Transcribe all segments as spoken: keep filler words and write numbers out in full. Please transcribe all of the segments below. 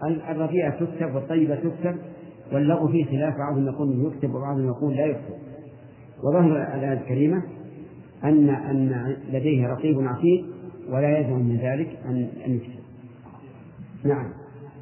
الرديئة تكتب والطيبة تكتب، واللغو فيه خلاف، بعضهم يقول يكتب وبعضهم يقول لا يكتب. وظهر الآية الكريمة أن أن لديه رقيب عتيد ولا يلزم من ذلك أن أن يكتب. نعم.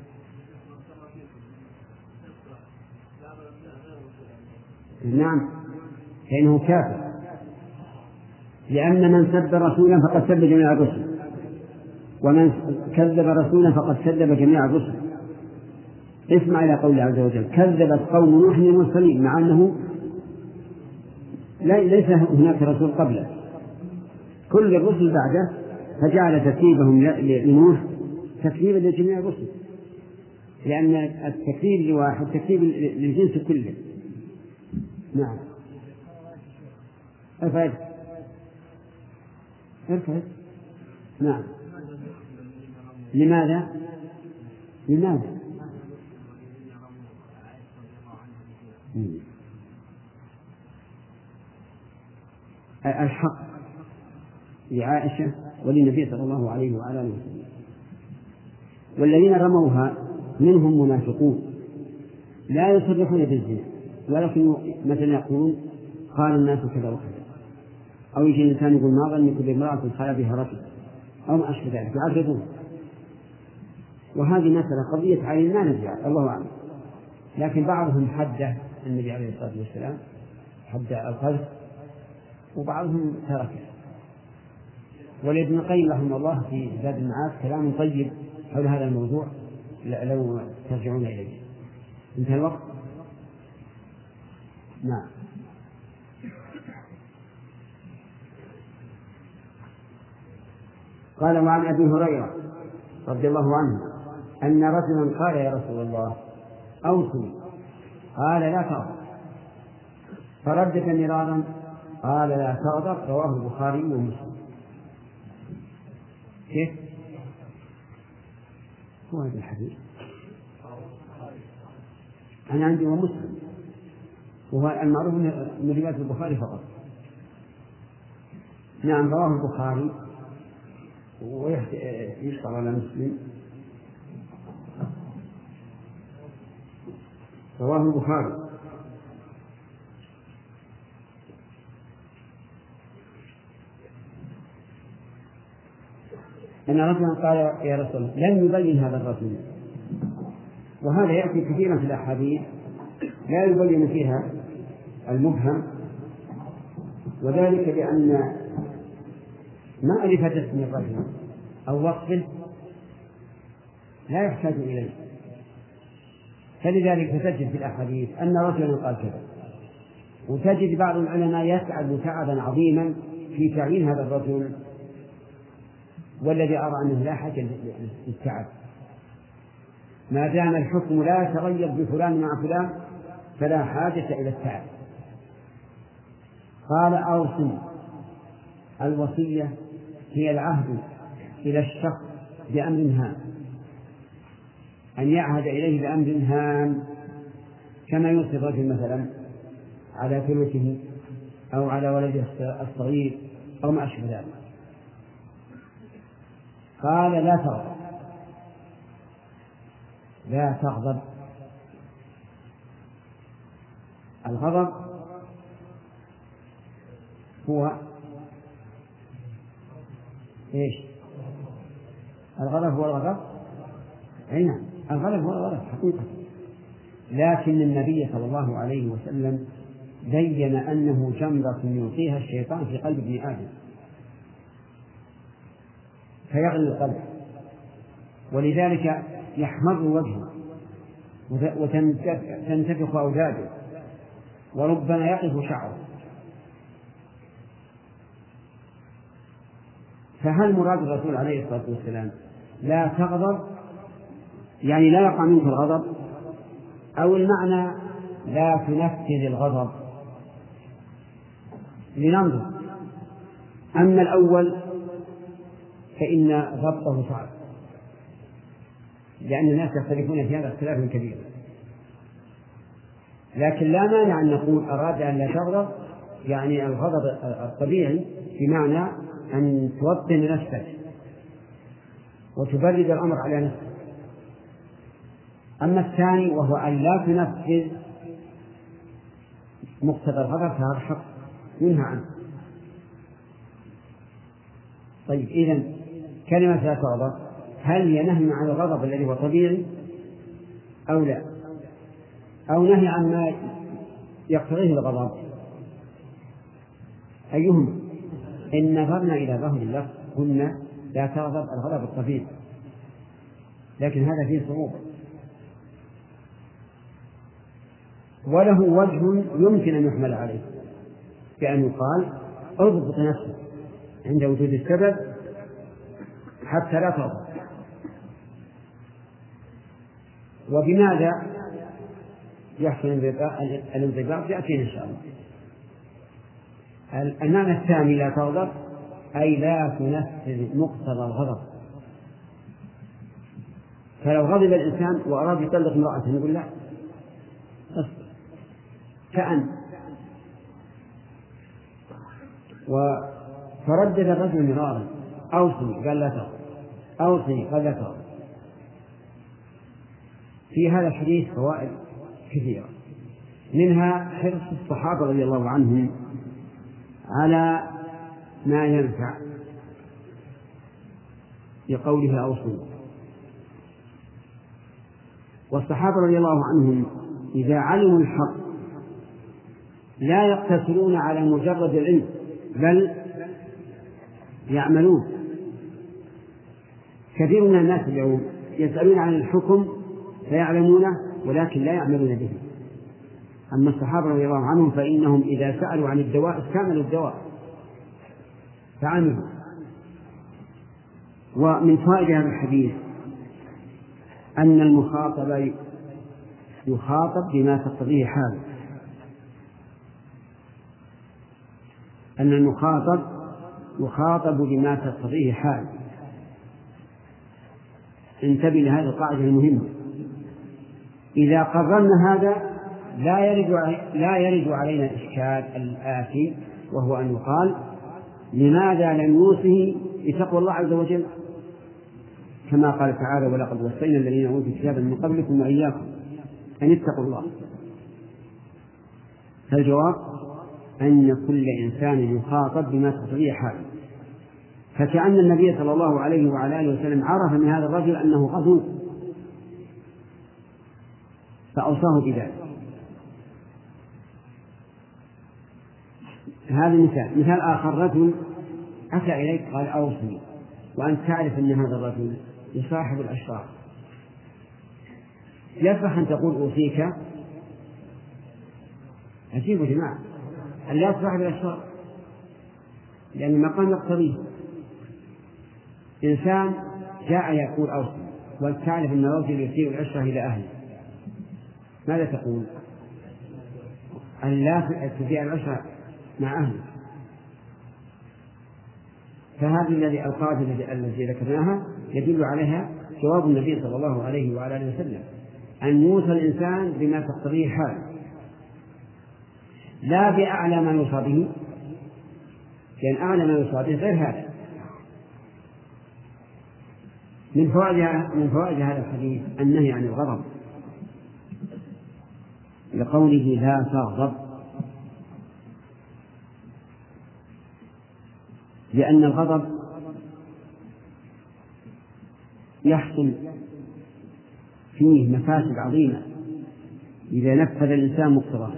نعم، فإنه كافر، لأن من سب رسولا فقد سب جميع الرسل، ومن كذب رسولا فقد كذب جميع الرسل. اسمع إلى قوله عز وجل: كذبت قوم نوح المرسلين، مع أنه ليس هناك رسول قبله، كل الرسل بعده، فجعل تكذيبهم لنوح تكذيبا لجميع الرسل، لأن التكذيب لواحد تكذيب للجنس كله. نعم. ارفع ارفع. نعم. لماذا؟ لماذا؟ الحق لعائشة وللنبي صلى الله عليه وعلى آله وسلم. والذين رموها منهم منافقون لا يصرحون بالزنا، ولكن مثلا يقولون قال الناس كذا وكذا، أو يجي الإنسان يقول ما ظنك بامرأة خلا بها رجل، أو ما أشبه ذلك، يعرضون. وهذه مسألة قضية عين ما ندري، الله أعلم. لكن بعضهم حده النبي عليه الصلاة والسلام حد القذف، وبعضهم تركه. ولابن القيم رحمه الله في زاد المعاد كلام طيب حول هذا الموضوع لو ترجعون إليه. انتهى الوقت. نعم. قال: وعن أبي هريرة رضي الله عنه أن رجلا قال: يا رسول الله أوصني. قال: لا تغضب. فردد مرارا قال: لا تغضب. رواه البخاري ومسلم. كيف هو هذا الحديث؟ أنا عندي ومسلم، وهو المعروف من رواية البخاري فقط. نعم، رواه البخاري ويشتغل على مسلم. رواه البخاري. أن رجلا قال: يا رسول الله، لم يبين هذا الرجل. وهذا يأتي كثيرا في الأحاديث لا يبين فيها المبهم، وذلك لأن معرفة اسم الرجل أو وصفه لا يحتاج إليه، فلذلك تجد في الأحاديث أن رجلا قال كذا، وتجد بعض العلماء يسعد تعبا عظيما في تعيين هذا الرجل، والذي أرى أنه لا حاجة للتعب ما دام الحكم لا يتغير بفلان مع فلان، فلا حاجة إلى التعب. قال: أوصني. الوصية هي العهد إلى الشخص بأمر هام، أن يعهد إليه بأمر هام، كما يوصي الرجل مثلا على ثلثه أو على ولده الصغير أو ما أشبه ذلك. قال: لا تغضب. لا تغضب. الغضب هو إيش؟ الغضب هو الغضب. أي نعم، الغضب هو الغضب حقيقة. لكن النبي صلى الله عليه وسلم بين أنه جمرة يلقيها الشيطان في قلب ابن آدم فيغلي القلب، ولذلك يحمر وجهه وتنتفخ أوداده وربما يقف شعره. فهل مراد الرسول عليه الصلاة والسلام لا تغضب يعني لا يقع منك الغضب، أو المعنى لا تنفذ الغضب؟ لننظر. أما الأول فإن ضبطه صعب، لأن الناس يختلفون في هذا اختلافا كبيرا. لكن لا مانع أن نقول أراد أن لا تغضب يعني الغضب الطبيعي، بمعنى أن توطن نفسك وتبرد الأمر على نفسك. أما الثاني وهو أن لا تنفذ مقتضى الغضب فهذا حق ينهى عنه. طيب إذن كلمة لا تغضب هل هي نهي عن الغضب الذي هو طبيعي أو لا، أو نهي عن ما يقتضيه الغضب؟ أيهما؟ إن نظرنا إلى ظهر اللفظ قلنا لا تغضب الغضب الطبيعي، لكن هذا فيه صعوبة، وله وجه يمكن أن يحمل عليه، بأن يقال اضبط نفسك عند وجود السبب حتى لا تغضب. وبماذا يحصل الانضباط يأتينا إن شاء الله. المعنى الثاني لا تغضب أي لا تنفذ مقتضى الغضب. فلو غضب الإنسان وأراد يطلق امرأته نقول لا اصبر كأن، فردد الرجل مرارا أوصني قال لا تغضب، أوصني قال لا تغضب. في هذا الحديث فوائد كثيرة، منها حرص الصحابة رضي الله عنهم على ما ينفع بقولها أوصني. والصحابة رضي الله عنهم إذا علموا الحق لا يقتصرون على مجرد العلم بل يعملون. كثير من الناس اليوم يسألون عن الحكم فيعلمونه ولكن لا يعملون به. أما الصحابة رضي الله عنهم فإنهم إذا سألوا عن الدواء استعملوا الدواء فعملوا. ومن فوائد هذا الحديث أن المخاطب يخاطب بما تقتضيه حاله، أن المخاطب يخاطب بما تقتضيه حاله. انتبه لهذه القاعدة المهمة. إذا قررنا هذا لا يرد لا يرد علينا الإشكال الآتي، وهو أن يقال لماذا لم يوصه بتقوى الله عز وجل كما قال تعالى ولقد وصينا الذين أوتوا الكتاب من قبلكم وإياكم أن اتقوا الله. فالجواب أن كل إنسان يخاطب بما تقتضيه حاله. فكأن النبي صلى الله عليه وعلى آله وسلم عرف من هذا الرجل أنه غضوب فأوصاه بذلك. هذا مثال. مثال آخر، رجل أتى إليك قال أوصني، وأنت تعرف أن هذا الرجل يصاحب الأشرار، يصح أن تقول أوصيك؟ عجيب يا جماعة أن لا تصاحب الأشرار، لأن المقام يقتضيه. إنسان جاء يقول أوصني وأنت تعرف أن الرجل يسيء العشرة إلى أهله، ماذا تقول؟ أن لا تسيء العشرة مع أهله. فهذه الذي القاعدة التي ذكرناها يدل عليها جواب النبي صلى الله عليه وعلى آله وسلم أن يوصى الإنسان بما تقتضيه حاله، لا بأعلى ما يوصى به، لأن أعلى ما يوصى به غير هذا. من فوائد من فوائد هذا الحديث النهي عن الغضب لقوله لا تغضب، لأن الغضب يحصل فيه مفاسد عظيمة إذا نفذ الإنسان مقتضاه.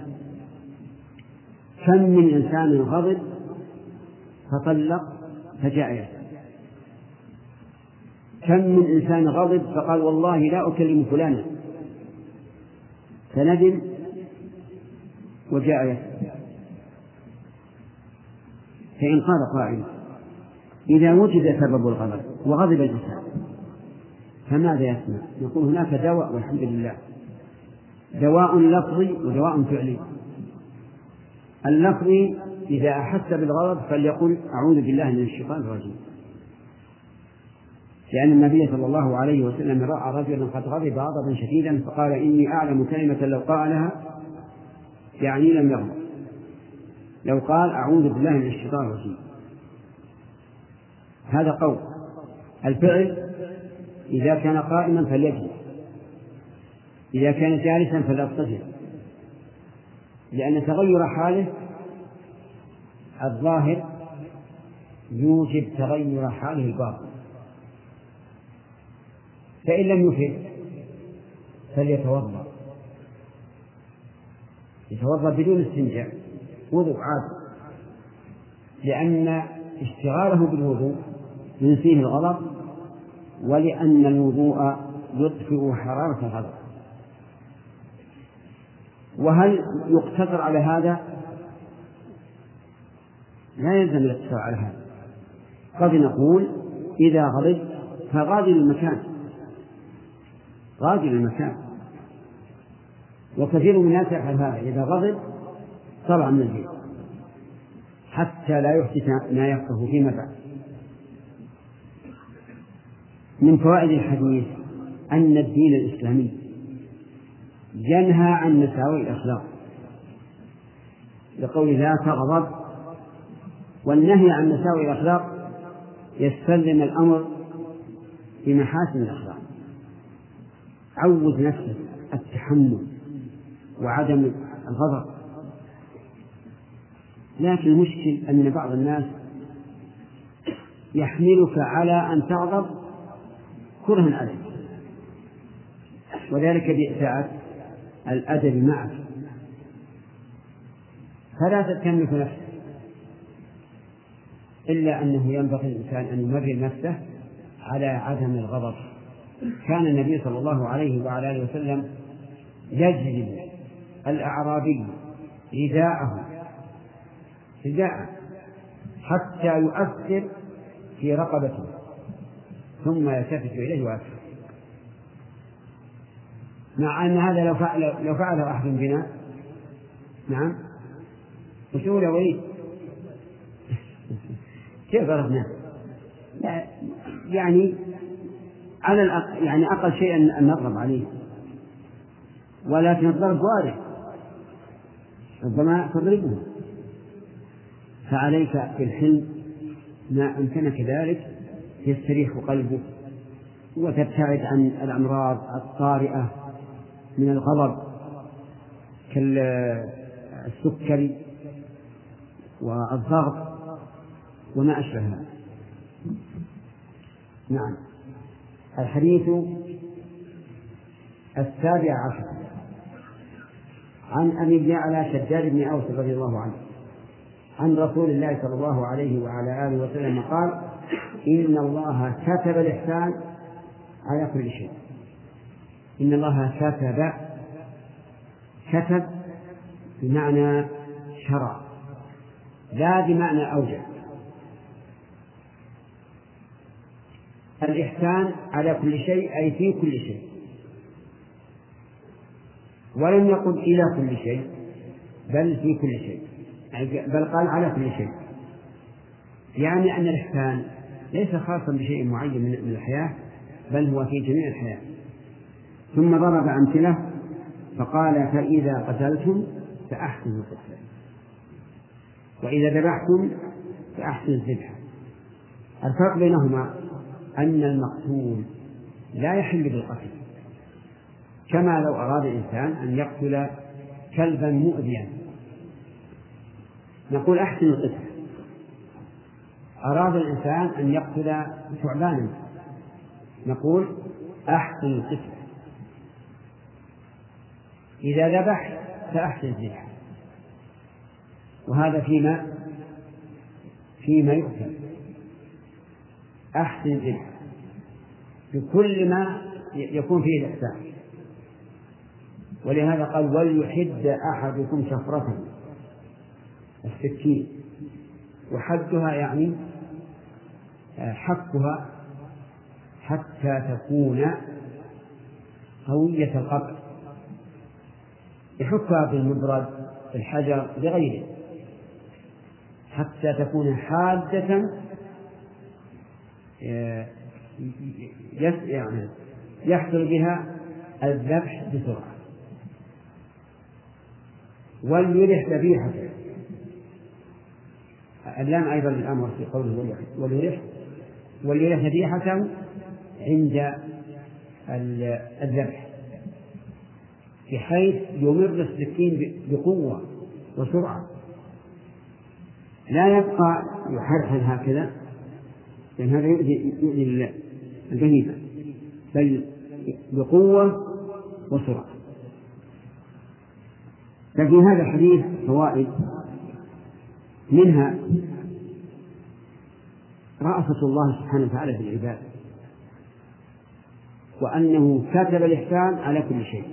كم من إنسان غضب فطلق فجاء يسأل، كم من إنسان غضب فقال والله لا أكلم فلانا فندم وجاء يسأل. فإن قال قائل إذا وجد سبب الغضب وغضب الإنسان فماذا يصنع؟ نقول هناك دواء والحمد لله، دواء لفظي ودواء فعلي. اللفظي إذا أحس بالغضب فليقل أعوذ بالله من الشيطان الرجيم، لأن النبي صلى الله عليه وسلم رأى رجلا قد غضب غضبا شديدا فقال إني أعلم كلمة لو قالها يعني لم يغضب، لو قال أعوذ بالله من الشيطان الرجيم. هذا قول. الفعل إذا كان قائما فليجلس، إذا كان جالسا فلا يضطجع، لأن تغير حاله الظاهر يوجب تغير حاله الباطن. فإن لم يفد فليتوضأ، يتوضأ بدون استنجاء وضوء عادي، لأن اشتغاله بالوضوء ينسيه الغضب، ولأن الوضوء يطفئ حرارة الغضب. وهل يقتصر على هذا؟ لا يلزم الاقتصار على هذا. قد نقول إذا غضب فغادر المكان، غادر المكان. وكثير من الناس يفعل هذا، إذا غضب طلع من البيت حتى لا يحدث ما يفقه فيما بعد. من فوائد الحديث أن الدين الإسلامي ينهى عن مساوئ الأخلاق، لقول لا تغضب، والنهي عن مساوئ الأخلاق يستلزم الأمر بمحاسن الأخلاق. عود نفسك التحمل وعدم الغضب. لكن المشكل أن بعض الناس يحملك على أن تغضب كرها عليك، وذلك بإساءة الأدب معك، فلا تتملك نفسك، إلا أنه ينبغي الإنسان أن يمرن نفسه على عدم الغضب. كان النبي صلى الله عليه وعلى آله وسلم يجلب الأعرابي رداءه رداءه حتى يؤثر في رقبته ثم يلتفت إليه ويأكل، مع أن هذا لو فعل لو فعله أحد بنا نعم وشو لو وليد كيف ضربناه؟ يعني على الأقل يعني أقل شيء أن نضرب عليه، ولكن الضرب وارد، ربما تضربه. فعليك بالحلم ما أمكنك ذلك يستريح قلبك وتبتعد عن الأمراض الطارئة من الغضب كالسكري والضغط وما أشبهها. نعم. الحديث السابع عشر عن أبي يعلى شداد بن أوس رضي الله عنه عن رسول الله صلى الله عليه وعلى آله وسلم قال: إن الله كتب الإحسان على كل شيء. إن الله كتب، كتب بمعنى شرع لا بمعنى أوجب. الإحسان على كل شيء أي في كل شيء، ولم يقل إلى كل شيء بل في كل شيء، بل قال على كل شيء، يعني أن الإحسان ليس خاصا بشيء معين من الحياة بل هو في جميع الحياة. ثم ضرب أمثلة فقال: فإذا قتلتم فأحسنوا القتل، وإذا ذبحتم فأحسنوا الذبح. الفرق بينهما أن المقتول لا يحل بالقتل، كما لو أراد الإنسان أن يقتل كلبا مؤذيا نقول أحسن القتل. أراد الإنسان أن يقتل ثعبانا نقول أحسن القتل. إذا ذبح فأحسن الذبح. وهذا فيما فيما يقتل أحسن الذبح بكل ما يكون فيه الإحسان. ولهذا قال: وليحد أحدكم شفرة السكين، وحدها يعني حكها حتى تكون قوية القطع، يحكها بالمبرد بالحجر بغيره حتى تكون حادة يعني يحصل بها الذبح بسرعة. وليرح ذبيحته، اللام أيضا للأمر في قوله وليرح، وليرح ذبيحته عند الذبح. بحيث يمر السكين بقوة وسرعة، لا يبقى يحرحل هكذا، لأن هذا يؤذي البهيمة، بل بقوة وسرعة. ففي هذا الحديث فوائد، منها رأفة الله سبحانه وتعالى بالعباد، وأنه كتب الإحسان على كل شيء.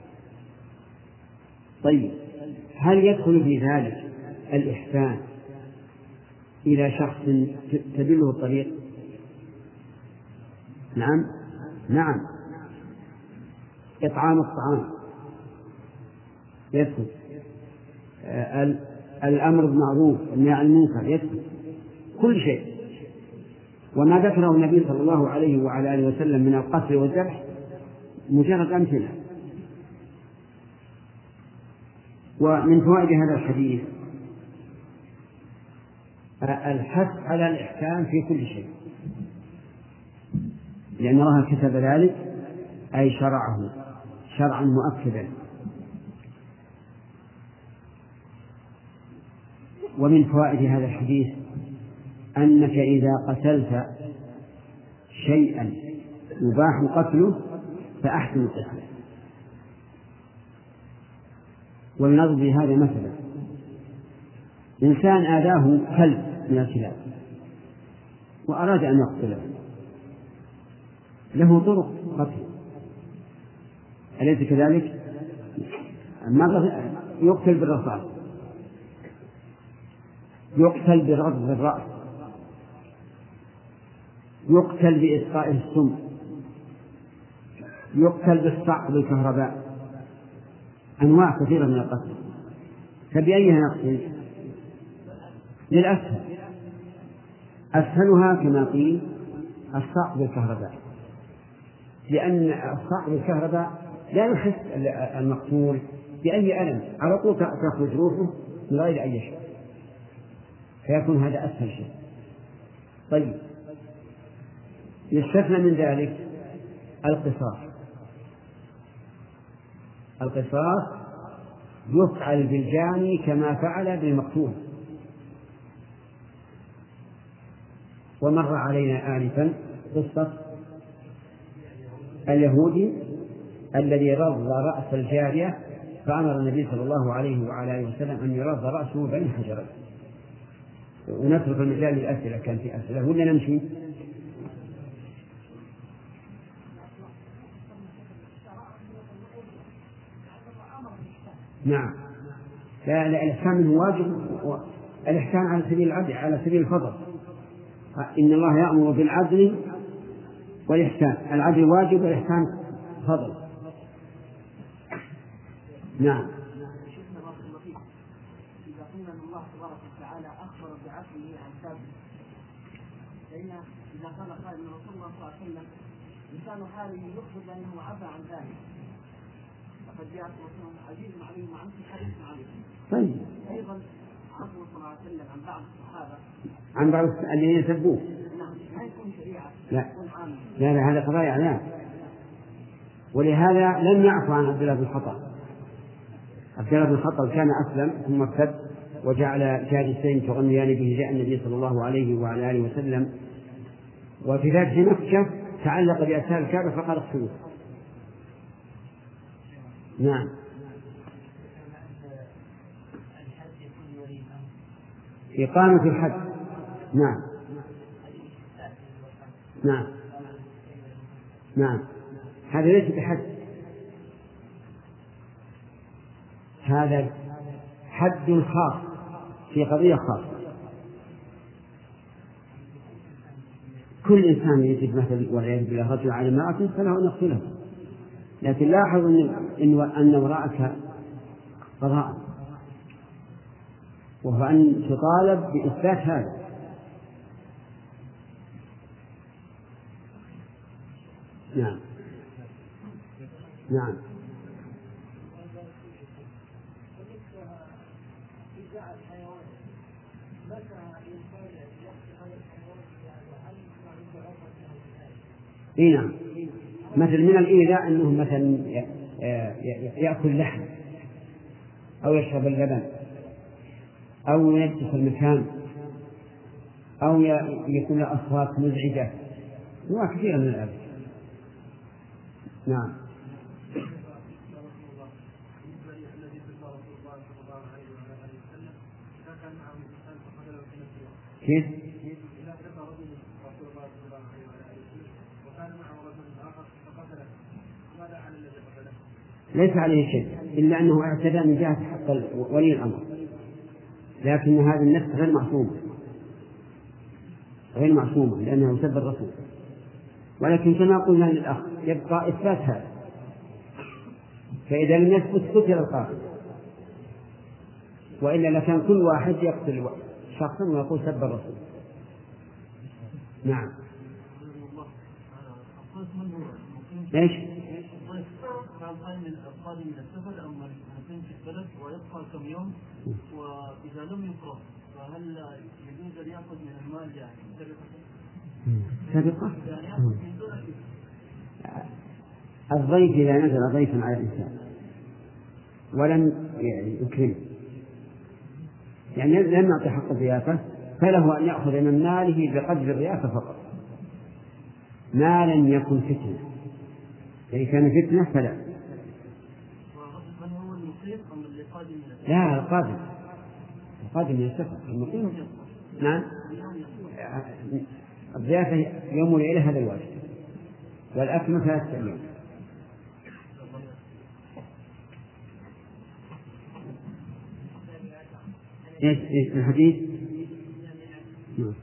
طيب، هل يدخل في ذلك الإحسان إلى شخص تدله الطريق؟ نعم نعم إطعام الطعام يدخل، الأمر بالمعروف والنهي عن المنكر يدخل، كل شيء. وما ذكره النبي صلى الله عليه وعلى آله وسلم من القتل والذبح مجرد أمثلة. ومن فوائد هذا الحديث الحث على الإحسان في كل شيء، لأن الله كتب ذلك أي شرعه شرعا مؤكدا. ومن فوائد هذا الحديث أنك إذا قتلت شيئا يباح قتله فأحسن القتل. ولنضرب بهذا مثلا، إنسان آذاه كلب من الكلاب وأراد أن يقتله، له طرق قتل، أليس كذلك؟ يقتل بالرصاص، يقتل برض الرأس، يقتل بإسقاء السم، يقتل بالصعق بالكهرباء، أنواع كثيرة من القتل. فبأيها نقتل؟ للأسهل، أسهلها كما قيل الصعق بالكهرباء، لأن الصعق بالكهرباء لا يحس المقتول بأي ألم، على طول تخرج روحه من غير أي شيء، فيكون هذا أسهل شيء. طيب، يستثنى من ذلك القصاص. القصاص يفعل بالجاني كما فعل بالمقتول. ومر علينا آنفا قصة اليهودي الذي رض رأس الجارية، فأمر النبي صلى الله عليه وعلى آله وسلم أن يرض رأسه بين حجرين. ونترك المجال للأسئلة، كان في أسئلة ولا نمشي؟ نعم، لا لا الإحسان منه واجب، الإحسان على سبيل العدل، على سبيل الفضل. إن الله يأمر بالعدل والإحسان، العدل واجب والإحسان فضل. نعم. إذا قلنا أن الله تبارك وتعالى أخبر بعدله عن ثابت، فإن إذا قال قائل أن رسول الله صلى الله عليه وسلم لسان حاله يخبر بأنه عفى عن ذلك، فقد جاء رسول عزيز عليه وعنه حريص عليه. طيب، أيضا عفو صلى الله عليه وسلم عن بعض الصحابة، عن بعض الذين يسبوه. نعم، ما يكون شريعة، لا يكون عام. لا لا، هذا قضايا إعلام. ولهذا لم يعفو عن عبد الله بن الخطاب. عبد الله بن الخطاب كان أسلم ثم ارتد وجعل جالسين تغنيان به جاء النبي صلى الله عليه وعلى آله وسلم، وفي فتح مكة تعلق بأسار الكعبة فقال اقتلوه. نعم. إقامة الحد. نعم نعم نعم، هذا ليس بحد، هذا حد خاص في قضية خاصة. كل إنسان يجد مثل والعياذ بالله رجل على امرأة فله أن يقتله، لكن لاحظ أن أن وراءك قضاء، وهو أن تطالب بإثبات هذا. نعم نعم. إيه نعم، مثل من الإيذاء أنهم مثلا يأكل لحم أو يشرب اللبن أو ينجس المكان أو يكون له أصوات مزعجة، أنواع كثيرة من الأذى. نعم. كيف؟ ليس عليه شيء إلا أنه اعتدى من جهة حق ولي الأمر، لكن هذا النفس غير معصومة غير معصومة لأنه سب الرسول. ولكن كما قلنا للأخ يبقى إثبات هذا، فإذا لم يثبت قتل القاتل، وإلا لكان كل واحد يقتل شخصا ويقول سب الرسول. نعم. ليش؟ القادم من السفر أو مقيم في البلد ويبقى كم يوم، وإذا لم يفرغ فهل يجوز أن يأخذ من المال يعني سرقة؟ الضيف إذا نزل ضيفا على الإنسان ولم يكرمه، يعني لم يعطي حق الضيافة، فله أن يأخذ من ماله بقدر الضيافة فقط، ما لم يكن فتنة. إذا كان فتنة فلا. لا، القادم القادم من السفر المقيم. نعم. الضيافة يوم وليلة هذا الواجب، والأكل ثلاثة أيام. إيش إيش الحديث؟ نعم.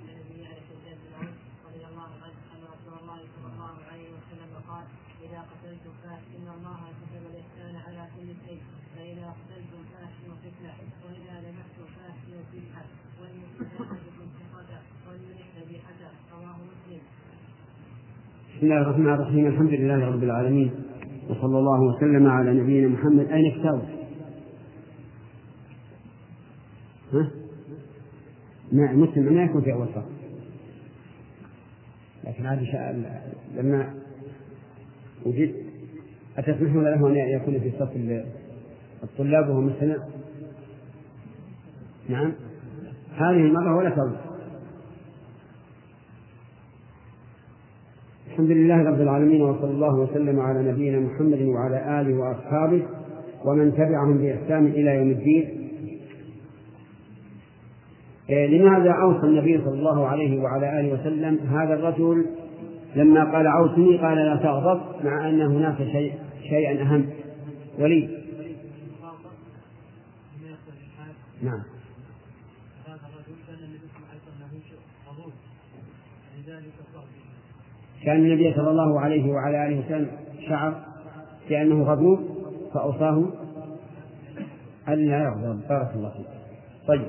بسم الله الرحمن الرحيم. الحمد لله رب العالمين، وصلى الله وسلم على نبينا محمد. أين كتابه؟ ها؟ نعم، مسلم ما يكون في أول صف، لكن هذه لما وجدت أتسمحون له أن يكون في صف الطلاب وهو مثلنا؟ نعم، هذه المرة ولا تضر. الحمد لله رب العالمين، وصلى الله وسلم على نبينا محمد وعلى آله وأصحابه ومن تبعهم بإحسان إلى يوم الدين. لماذا أوصى النبي صلى الله عليه وعلى آله وسلم هذا الرجل لما قال أوصني؟ قال لا تغضب، مع أن هناك شيء شيئا أهم ولي. نعم. كان النبي صلى الله عليه وعلى آله وسلم شعر بأنه غضوب فأوصاه ألا يغضب. بارك الله فيك. طيب،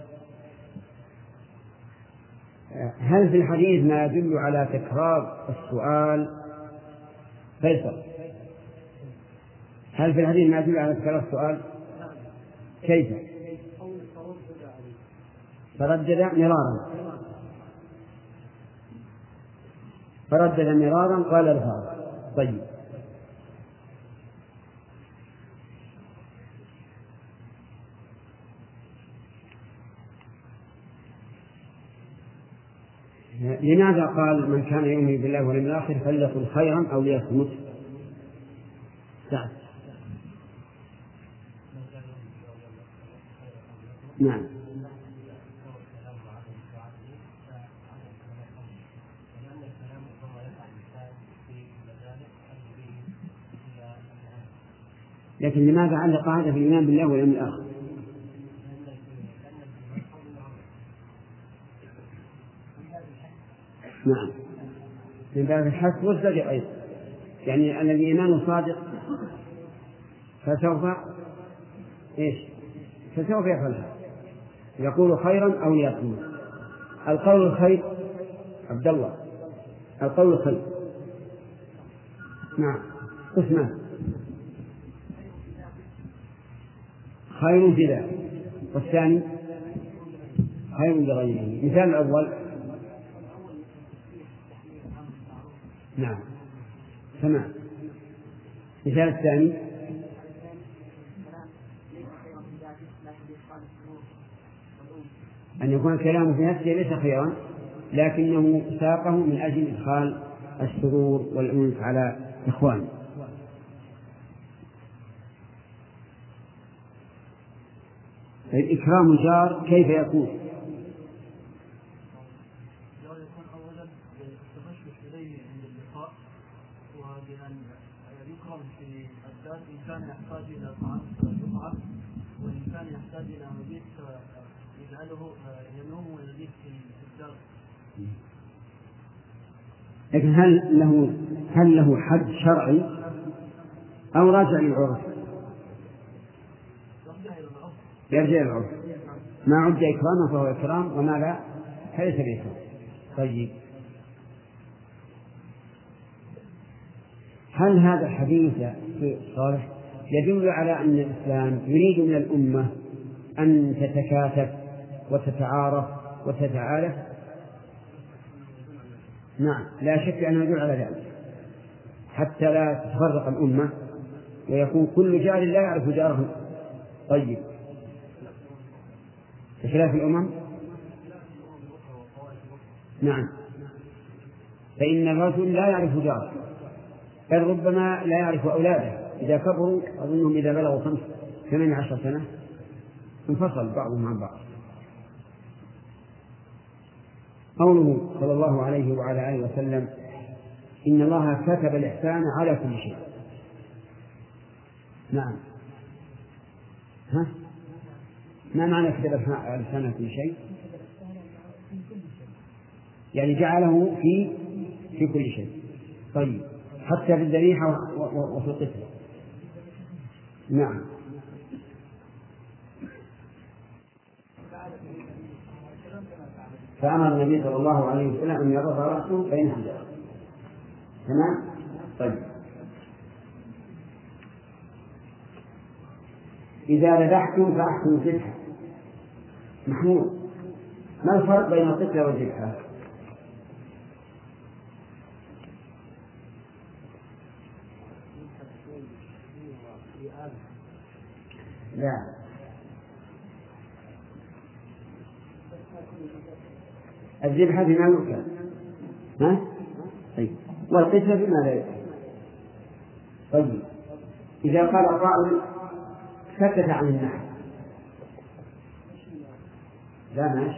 هل في الحديث ما يدل على تكرار السؤال؟ فيصل، هل في الحديث ما يدل على تكرار السؤال؟ كيف؟ فردد مرارا فردد مرارا قال ارفعه. طيب، لماذا قال من كان يؤمن بالله واليوم الآخر فليقل خيرا أو ليصمت؟ نعم. لكن لماذا علق هذا في الإيمان بالله واليوم الآخر؟ نعم، من باب الحث والزجر أيضا، يعني أن الإيمان صادق فسوف إيش؟ فسوف يفعلها، يقول خيرا أو يصمت. القول الخير عبد الله، القول الخير. نعم، قسمان: خير في ذلك، والثاني خير لغيره. مثال الأول: نعم، تمام. المثال الثاني أن يكون الكلام في نفسه ليس خيرا لكنه ساقه من أجل إدخال السرور والأنس على إخوانه. إكرام الجار كيف يكون؟ يكون أولا التبشر إليه عند اللقاء، وبأن يكرم في الدار إن كان يحتاج إلى طعام يطعم، وإن كان يحتاج إلى مبيت يجعله ينوم ويبيت في الدار. لكن هل له هل له حد شرعي أو راجع للعرف؟ يرجع للعرف، ما عد إكراما فهو إكرام وما لا فليس بإكرام. طيب، هل هذا الحديث في صالح يدل على أن الإسلام يريد من الأمة أن تتكاتف وتتعارف وتتعالف؟ نعم، لا شك أنه يدل على ذلك، حتى لا تتفرق الأمة ويكون كل جار لا يعرف جاره. طيب، بخلاف الأمم نعم، فإن الرجل لا يعرف جاره، بل ربما لا يعرف أولاده إذا كبروا. أظنهم إذا بلغوا خمس ثمانية عشر سنة انفصل بعضهم عن بعض. قوله صلى الله عليه وعلى آله وسلم إن الله كتب الإحسان على كل شيء. نعم، ها؟ ما معنى كتب الإحسان على كل شيء؟ يعني جعله في في كل شيء. طيب، حتى في الذبيحة وفي القتل. نعم. فأمر النبي صلى الله عليه وسلم أن يرفع رأسه بين حجرين. تمام. طيب، إذا ذبحتم فأحسنوا الذبح. محمود، ما الفرق بين القتل والذبح؟ لا، الذبح بما يؤكل، ها؟ طيب، والقتل بما لا يؤكل. طيب، إذا قال قائل سكت عن النحل، لا ماشي.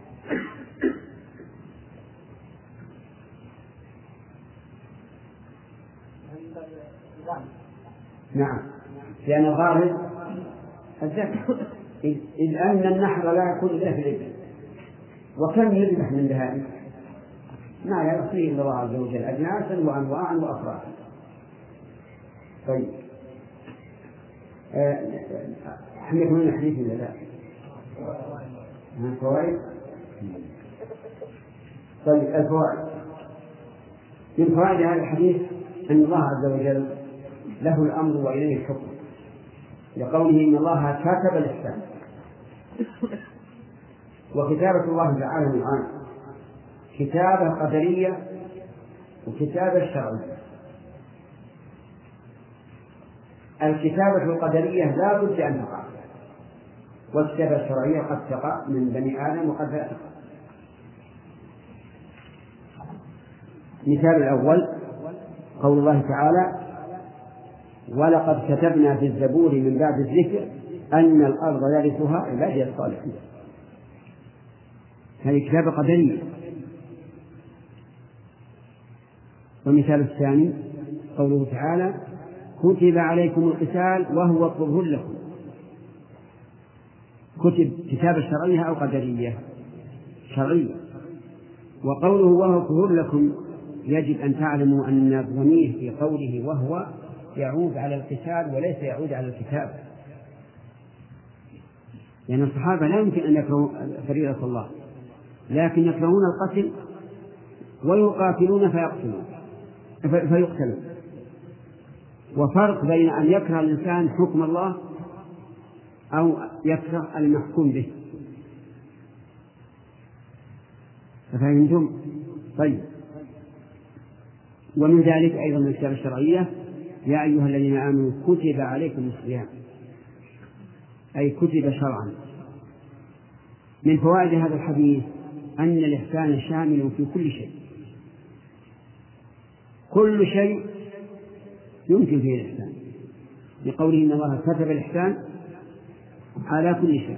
نعم، لأن الغالب الذبح، إذ أن النحر لا يكون إلا في الإبل، وكم يذبح من بهائم ما يعصيه إلا الله عز وجل أجناسا وأنواعا وأفرادا. طيب، احنا يكون الحديث ولا لا؟ فوائد. طيب، الفوائد. من فوائد هذا الحديث أن الله عز وجل له الأمر وإليه الحكم، لقوله إن الله كتب الإحسان. وكتابة الله تعالى نوعان: كتابة قدرية وكتابة شرعية. الكتابة القدرية لا بد أن تقع، والكتابة الشرعية قد تقع من بني آدم وقد لا تقع. مثال الأول قول الله تعالى: ولقد كتبنا في الزبور من بعد الذكر أن الأرض يرثها عبادي الصالحين. هذه كتابة قدرية. والمثال الثاني قوله تعالى: كتب عليكم القتال وهو كره لكم. كتب كتابة شرعية أو قدرية؟ شرعية. وقوله وهو كره لكم يجب أن تعلموا أن الضمير في قوله وهو يعود على القتال وليس يعود على الكتابة، لأن يعني الصحابة لا يمكن أن يكرهوا فريضة الله، لكن يكرهون القتل ويقاتلون فيقتلون فيقتلون. وفرق بين أن يكره الإنسان حكم الله أو يكره المحكوم به. ففهمتم؟ طيب، ومن ذلك أيضا من الكتابة الشرعية يا أيها الذين آمنوا كتب عليكم الصيام، أي كتب شرعا. من فوائد هذا الحديث أن الإحسان شامل في كل شيء، كل شيء يمكن فيه الإحسان، لقوله إن الله كتب الإحسان على كل شيء.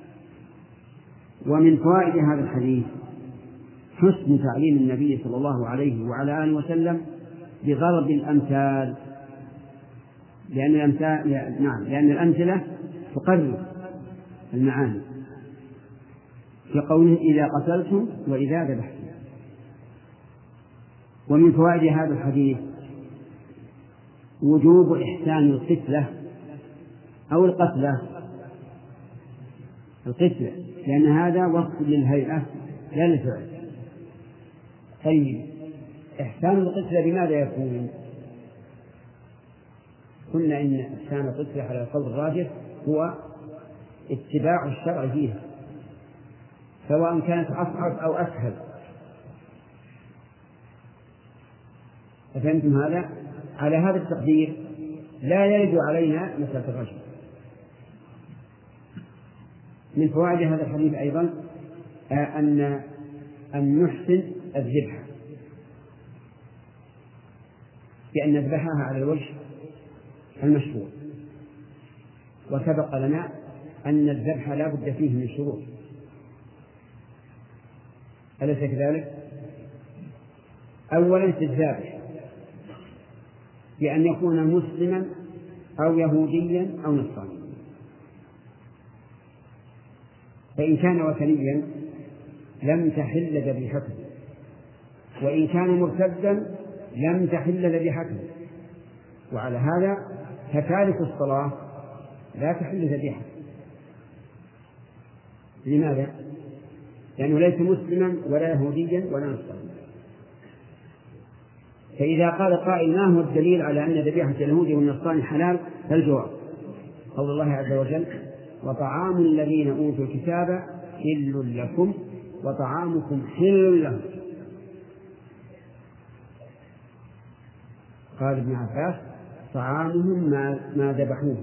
ومن فوائد هذا الحديث حسن تعليم النبي صلى الله عليه وعلى آله وسلم بضرب الأمثال، لأن الأمثال نعم لأن الأمثلة تقرر المعاني، في قوله إذا قتلتم وإذا ذبحتم. ومن فوائد هذا الحديث وجوب إحسان القتلة أو القتلة القتلة، لأن هذا وصف للهيئة لا للفعل. طيب إحسان القتلة بماذا يكون؟ قلنا إن إحسان القتلة على القول الراجح هو اتباع الشرع فيها، سواء كانت أصعب أو أسهل. أفهمتم هذا؟ على هذا التقدير لا يرد علينا مسألة الرجم. من فوائد هذا الحديث أيضا أن أن نحسن الذبح، بأن نذبحها على الوجه المشروع، وسبق لنا أن الذبح لا بد فيه من شروط، أليس كذلك؟ أولا في الذابح بأن يكون مسلما أو يهوديا أو نصرانيا، فإن كان وثنيا لم تحل ذبيحته، وإن كان مرتدا لم تحل ذبيحته، وعلى هذا كتارك الصلاة لا تحل ذبيحته. لماذا؟ لأنه ليس مسلما ولا يهوديا ولا نصرانيا. فإذا قال قائل ما هو الدليل على أن ذبيحة اليهودي والنصراني حلال؟ فالجواب قول الله عز وجل وطعام الذين أوتوا الكتاب حل لكم وطعامكم حل لهم. قال ابن عباس طعامهم ما ذبحوه،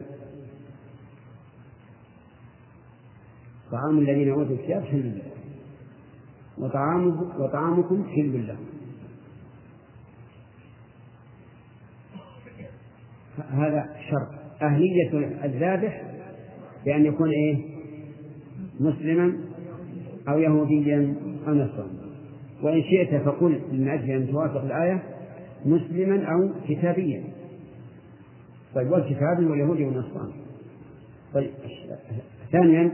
طعام الذين أوتوا الكتاب حل لكم وطعامكم حل لهم. هذا شرط أهلية الذابح بأن يكون إيه؟ مسلما أو يهوديا أو نصرانيا، وإن شئت فقل من أجل أن توافق الآية مسلما أو كتابيا. طيب والكتابي واليهودي والنصراني. طيب ثانيا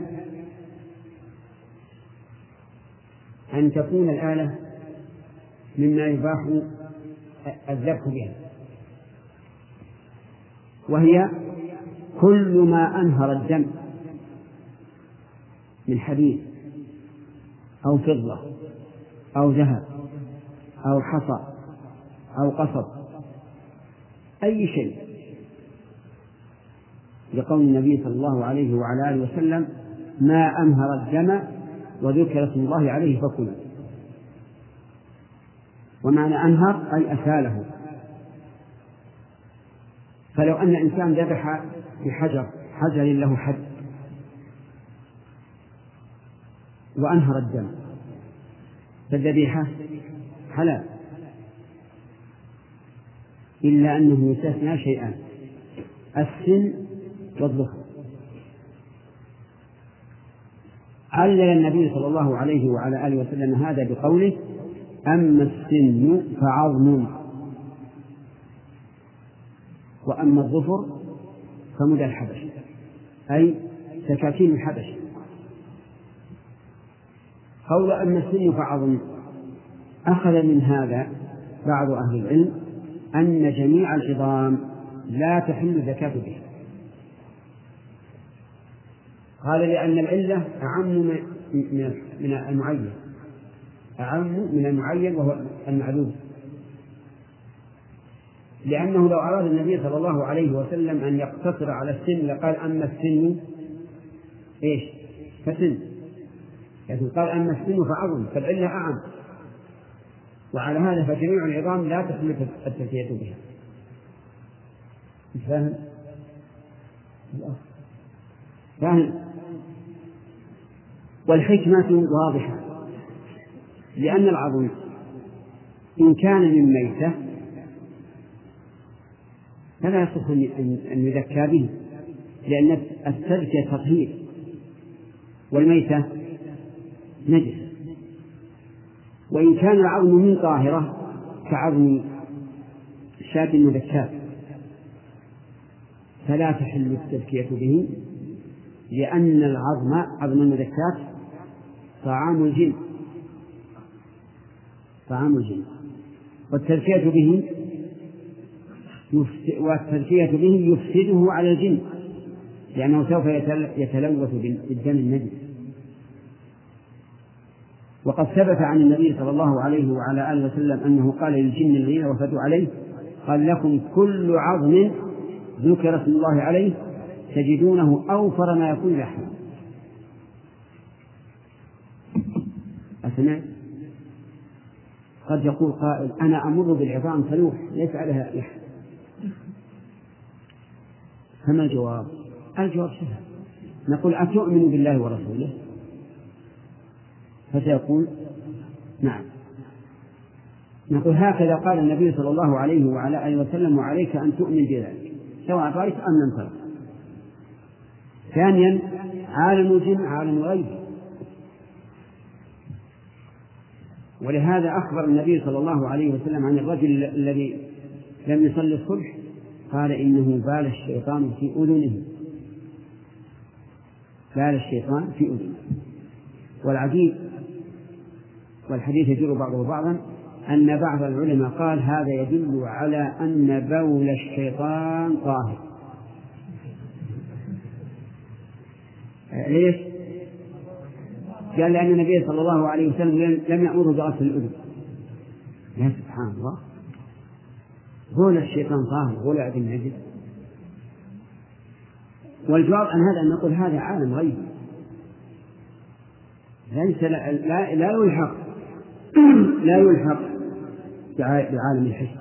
أن تكون الآلة مما يباح الذبح بها، وهي كل ما أنهر الدم من حديد أو فضة أو ذهب أو حصى أو قصب، أي شيء، لقول النبي صلى الله عليه وعلى آله وسلم ما أنهر الدم وذكر اسم الله عليه فكلوا. ومعنى أنهر أي أساله. فلو أن إنسان ذبح بحجر حجر له حد وأنهر الدم فالذبيحة حلال، إلا أنه يستثنى شيئان: السن والظفر. علل النبي صلى الله عليه وعلى آله وسلم هذا بقوله أما السن فعظم وأما الظفر فمدى الحبش، أي سكاكين الحبش. قول أما السن فعظم أخذ من هذا بعض أهل العلم أن جميع العظام لا تحل الزكاة بها. قال لأن العلة أعم من المعين، أعم من المعين وهو المعلوم، لأنه لو أراد النبي صلى الله عليه وسلم أن يقتصر على السن لقال أما السن إيش فسن، لكن قال أما السن فعظم، فالعلة أعم، وعلى هذا فجميع العظام لا تحل التزكية بها. فاهم؟ فاهم؟ والحكمة واضحة، لأن العظم إن كان من ميتة فلا يصح أن يذكى به، لأن التذكية تطهير والميتة نجس. وإن كان العظم من طاهرة كعظم شاة مذكاة فلا تحل التذكية به، لأن العظم عظم المذكاة طعام الجن طعام الجن والتذكية به والتذكية به يفسده على الجن، لأنه سوف يتلوث بالدم النجس. وقد ثبت عن النبي صلى الله عليه وعلى آله وسلم أنه قال للجن الذين وفدوا عليه: قال لكم كل عظم ذكر اسم الله عليه تجدونه أوفر ما يكون لحما. أسمع؟ قد يقول قائل: أنا أمر بالعظام تلوح ليس عليها لحم، فما الجواب؟ الجواب سهل، نقول: أتؤمن بالله ورسوله؟ فسيقول: نعم. نقول: هكذا قال النبي صلى الله عليه وعلى آله وسلم: وعليك أن تؤمن بذلك سواء رأيت أم لم ترى. ثانيا: عالم الجن عالم الغيب، ولهذا أخبر النبي صلى الله عليه وسلم عن الرجل الذي لم يصلي الصبح، قال: إنه بال الشيطان في أذنه بال الشيطان في أذنه. والعجيب والحديث يدل بعضه بعضا أن بعض العلماء قال: هذا يدل على أن بول الشيطان طاهر. ليش؟ قال: لأن النبي صلى الله عليه وسلم لم يأمره بغسل الأذن. يا سبحان الله، بول الشيطان طاهر، بول أذن نجس. والجواب عن هذا أن نقول: هذا عالم غيبي ليس لا لا, لا يلحق لا يلحق بعالم الحس.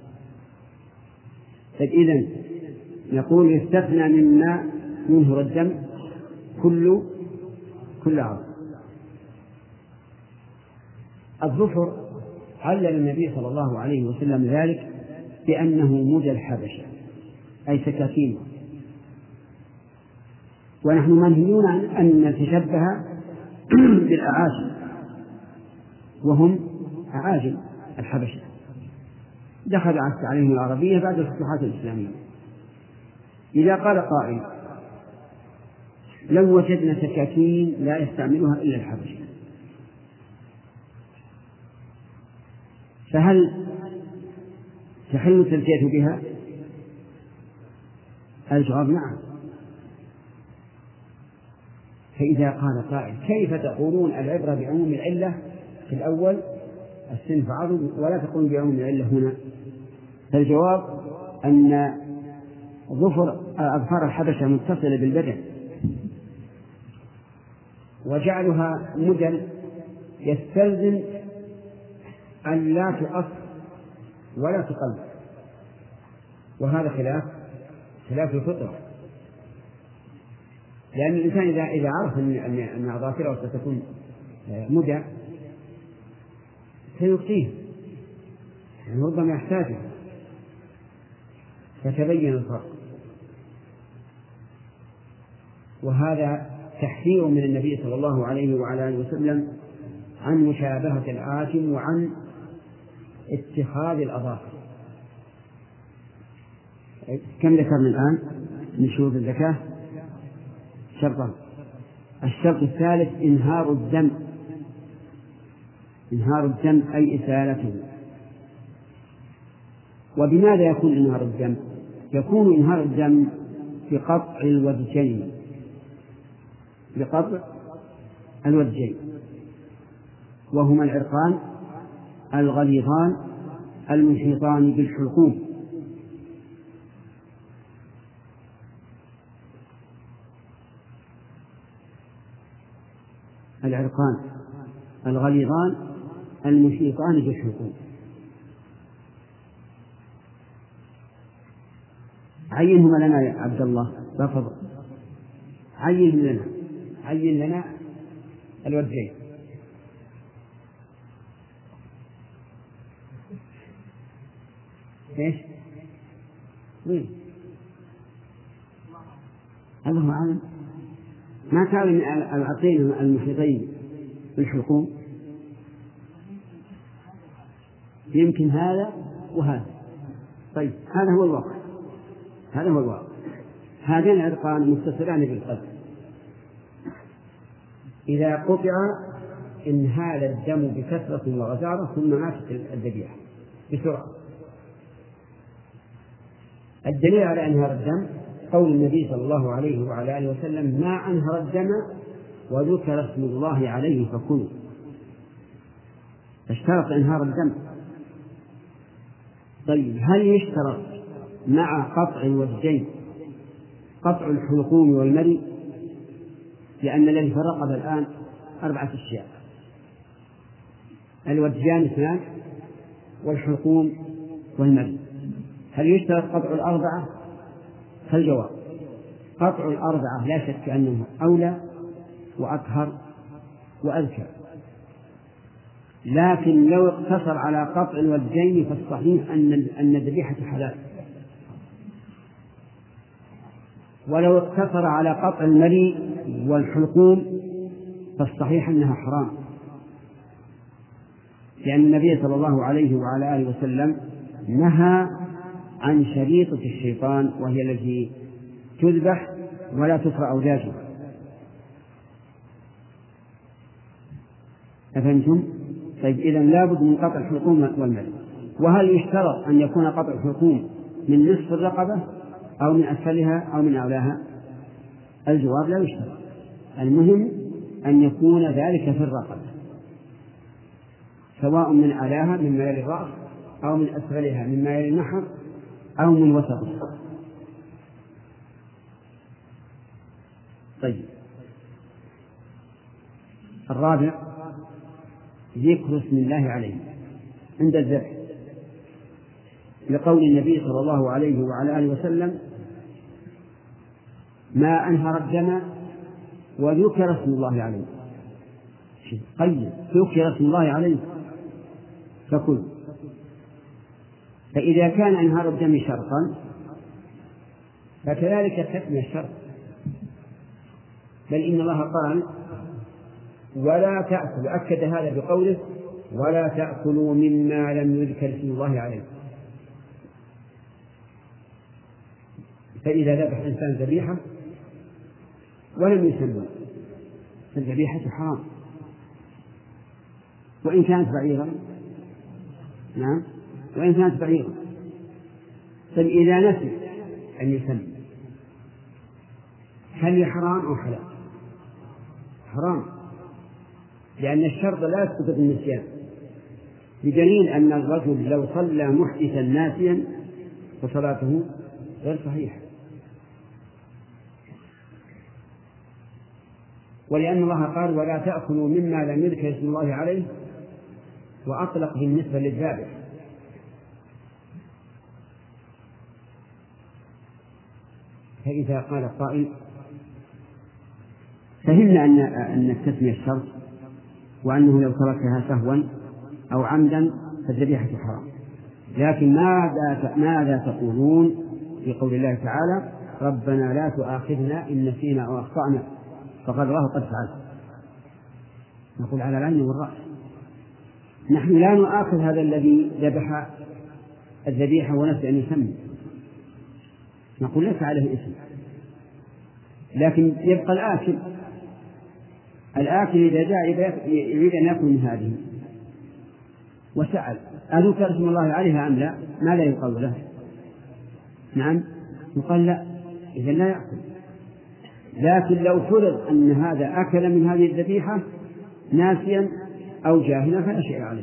فإذن نقول: يستثنى مما ينهر الدم كل كل عظم. الظفر علل النبي صلى الله عليه وسلم ذلك بأنه مدى الحبشة، أي سكاكين. ونحن منهيون عن أن نتشبه بالأعاجم، وهم أعاجم الحبشة دخل عليهم العربية بعد الفتوحات الإسلامية. إذا قال قائل: لو وجدنا سكاكين لا يستعملها إلا الحبشة، فهل تحل التذكية بها؟ الجواب: نعم. فإذا قال قائل: كيف تقولون العبرة بعموم العلة في الأول السن فعظم ولا تقولون بعموم العلة هنا؟ فالجواب أن ظفر أظفار الحبشة متصلة بالبدن، وجعلها مدل يستلزم أن لا تقص ولا تقل، وهذا خلاف خلاف الفطرة. لأن الإنسان إذا إذا عرف أن أن أظافره ستكون مدى سيغطيه، يعني ربما يحتاجه، فتبين الفرق. وهذا تحذير من النبي صلى الله عليه وعلى آله وسلم عن مشابهة العاجم وعن اتخاذ الأظافر. كم ذكرنا الآن من شروط الزكاة؟ شرطان. الشرط الثالث إنهار الدم، إنهار الدم أي إسالته. وبماذا يكون إنهار الدم؟ يكون إنهار الدم بقطع الوجهين، بقطع الوجهين، وهما العرقان الغليظان المحيطان بالحلقوم. العرقان الغليظان المحيطان بالحلقوم. عينهما لنا يا عبد الله، تفضل عين لنا عين لنا الوجهين. ايش؟ وين؟ الله أعلم. ما كان من العقين المحيطين بالحلقوم؟ يمكن هذا وهذا. طيب هذا هو الواقع، هذا هو الواقع. هذين العرقان متصلان بالقلب، إذا قطع انهال الدم بكثرة وغزارة ثم ماتت الذبيحة بسرعة. الدليل على انهار الدم قول النبي صلى الله عليه وعلى آله وسلم: ما أنهر الدم وذكر اسم الله عليه فكلوا. فاشترط انهار الدم. طيب هل يشترط مع قطع الوجهين قطع الحلقوم والمري؟ لأن الذي في الرقبة الآن أربعة أشياء: الوجهان اثنان والحلقوم والمري. هل يشترط قطع الأربعة؟ فالجواب: قطع الأربعة لا شك أنه أولى وأطهر وأذكى، لكن لو اقتصر على قطع الوجهين فالصحيح أن أن الذبيحة حلال، ولو اقتصر على قطع المري والحلقوم فالصحيح أنها حرام، لأن النبي صلى الله عليه وعلى آله وسلم نهى عن شريطة الشيطان، وهي التي تذبح ولا تفرع أوداجها. أفهمتم؟ طيب إذن لا بد من قطع الحلقوم والمري. وهل يشترط أن يكون قطع الحلقوم من نصف الرقبة أو من أسفلها أو من أعلاها؟ الجواب: لا يشترط. المهم أن يكون ذلك في الرقبة، سواء من أعلاها مما يلي الرأس أو من أسفلها مما يلي النحر أو من وسطها. طيب الرابع: ذكر اسم الله عليه عند الذبح، لقول النبي صلى الله عليه وعلى آله وسلم: ما أنهر الدم وذكر اسم الله عليه. قيد: ذكر اسم الله عليه فكل. فإذا كان أنهار الدم شرطا فكذلك التسمية الشرط، بل إن الله قال: ولا تأكلوا، أكد هذا بقوله: ولا تأكلوا مما لم يذكر اسم الله عليه. فإذا ذبح إنسان ذبيحة ولم يسمى فالذبيحة حرام، وإن كانت بعيرا. نعم، وإن كانت بعيرا. فإذا نسي أن يسمى هل حرام أو حلال؟ حرام، لأن الشرط لا يسقط بالنسيان، بدليل أن الرجل لو صلى محدثا ناسيا فصلاته غير صحيحة، ولأن الله قال: ولا تأكلوا مما لم يذكر اسم الله عليه، وأطلق بالنسبة للذابح. فإذا قال قائل: فهمنا أن أن التسمية الشرط، وأنه لو تركها سهوا أو عمدا فالذبيحة حرام، لكن ماذا ماذا تقولون في قول الله تعالى: ربنا لا تؤاخذنا إن نسينا أو أخطأنا؟ فقال الله: قد فعلت. نقول: على العين والرأس، نحن لا نؤاخذ هذا الذي ذبح الذبيحة ونسي أن يسمي، نقول ليس عليه اسم، لكن يبقى الآكل. الآكل إذا جاء يريد أن يأكل من هذه وسأل: أذكر اسم الله عليها أم لا؟ ماذا يقال له؟ نعم، يقال لا، إذن لا يأكل. لكن لو فرض أن هذا أكل من هذه الذبيحة ناسيا أو جاهلا فلا شيء عليه.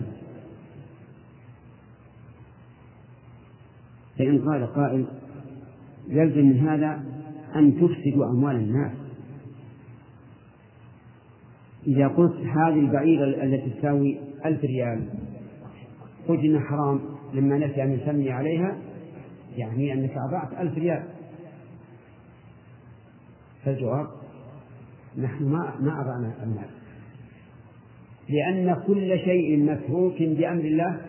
فإن قال قائل: يلزم من هذا أن تفسدوا أموال الناس. إذا قلت هذه البعيرة التي تساوي ألف ريال قلت إنها حرام لما نسي أن يسمي عليها، يعني أنك أضعت ألف ريال، فالجواب نحن ما ما أضعنا المال، لأن كل شيء متروك بأمر الله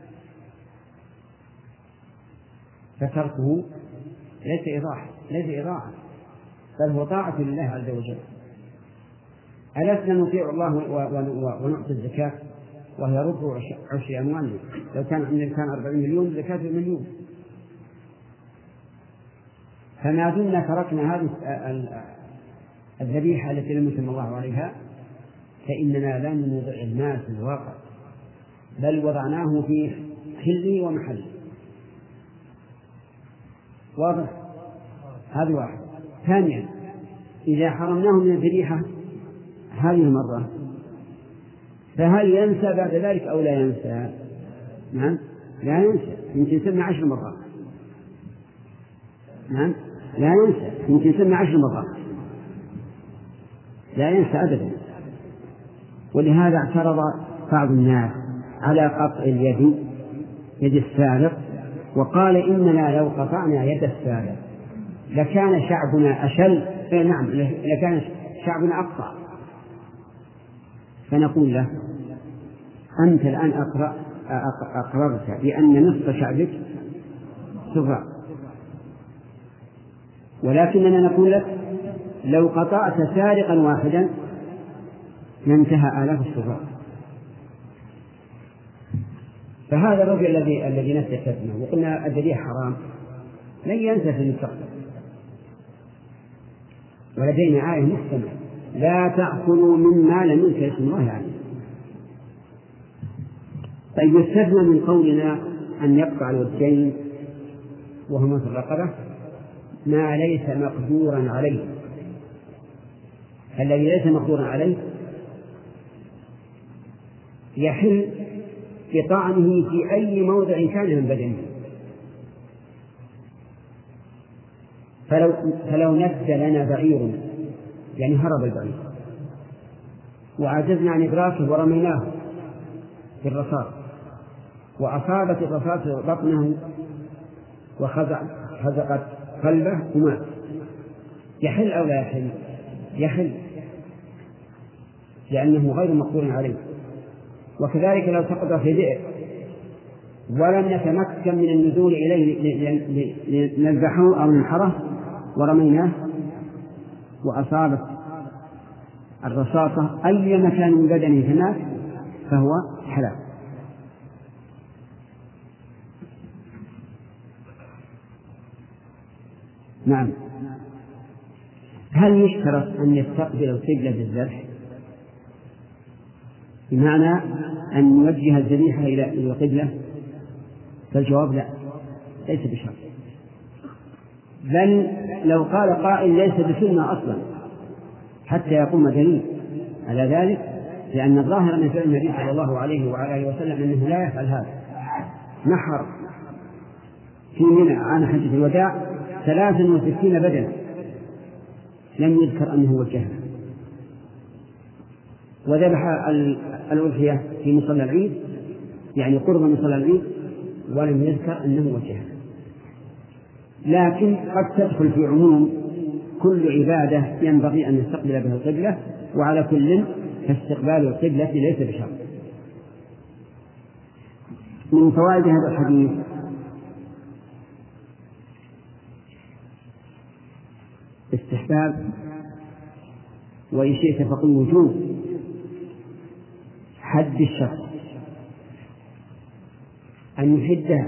فتركه ليس إضاحة ليس إضاعة بل هو طاعة لله عز وجل. ألسنا نطيع الله ونعطي الزكاة وهي ربع عشر أموالنا؟ لو كان عندنا كان أربعين مليون زكاة المليون. فما دمنا تركنا هذه الذبيحة التي لم يسمى الله عليها فإننا لن نضع المال في الواقع، بل وضعناه في حله ومحله. واضح؟ هذا واحد. ثانيا، إذا حرمناه من الذبيحة هذه المرة فهل ينسى بعد ذلك أو لا ينسى؟ نعم لا ينسى، يمكن يسمى عشر مرات. نعم لا ينسى، يمكن يسمى عشر مرات، لا ينسى أبدا. ولهذا اعترض بعض الناس على قطع اليد يد السارق وقال إننا لو قطعنا يد السارق لكان شعبنا أشل، نعم لكان شعبنا أقطع. فنقول له أنت الآن أقرأ أقررت بأن نصف شعبك سراء، ولكننا نقول لك لو قطعت سارقا واحدا لانتهى آلاف السراء. فهذا الرجل الذي الذي نسى كتبه وقلنا الذبيحة حرام لن ينسى في المستقبل. ولدينا آية محكمة لا تأكلوا مما لم يذكر اسم الله عليه. طيب يستثنى من قولنا أن يقطع اليدين وهما في الرقبة ما ليس مقدورا عليه. الذي ليس مقدورا عليه يحل بطعنه في أي موضع كان من بدنه. فلو, فلو نفد لنا بعير يعني هرب البعير وعجزنا عن إدراكه ورميناه في الرصاص وأصابت الرصاص بطنه وخزقت قلبه ومات، يحل أو لا يحل؟ يحل، لأنه غير مقدور عليه. وكذلك لو سقط في بئر ولم نتمكن من النزول إليه لنذبحه أو ننحره ورميناه وأصابت الرصاصة أي مكان من بدنه في الناس فهو حلال. نعم. هل يشترط أن يستقبل القبلة بالذبح بمعنى أن نوجه الذبيحة إلى القبلة؟ فالجواب لا، ليس بشرط. بل لو قال قائل ليس بسنة أصلا حتى يقوم دليل على ذلك، لأن الظاهر من فعل النبي صلى الله عليه وعلى آله وسلم أنه لا يفعل هذا. نحر في منى عن حجة الوداع ثلاثا وستين بدنا لم يذكر أنه وجهها، وذبح الأضحية في مصلى العيد يعني قرب مصلى العيد ولم يذكر أنه وجهها. لكن قد تدخل في عموم كل عبادة ينبغي أن يستقبل بها القبلة، وعلى كل فاستقبال القبلة ليس بشرط. من فوائد هذا الحديث استحباب وإن شئت فقل وجوب حد الشخص أن يحدها،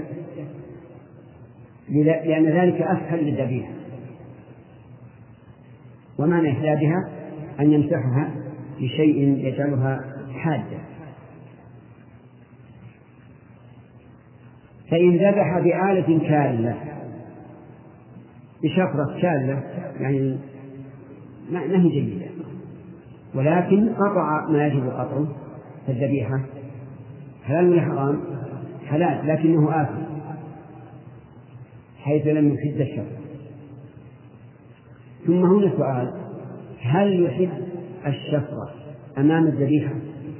لأن ذلك أسهل للذبيحة. ومعنى إحدادها أن يمسحها بشيء يجعلها حادة. فإن ذبح بآلة كالة بشفرة كالة يعني ما هي جيدة، ولكن قطع ما يجب قطعه فالذبيحة حلال ولا حرام؟ حلال، لكنه آثم حيث لم يحد الشفرة. ثم هنا سؤال: هل يحد الشفرة أمام الذبيحة؟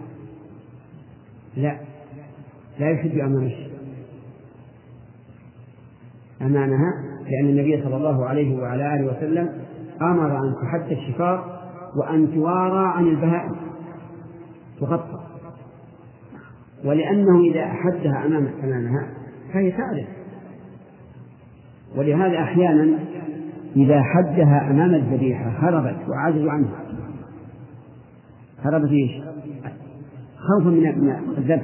لا، لا يحد أمام الشفرة أمامها، لأن النبي صلى الله عليه وعلى آله وسلم أمر أن تحد الشفار وأن توارى عن البهائم تغطى، ولأنه إذا أحدها أمام أمامها فهي تعرف. ولهذا أحيانا إذا حدها أمام الذبيحة هربت وعجزوا عنها، هربت إيش؟ خوفا من الذبح،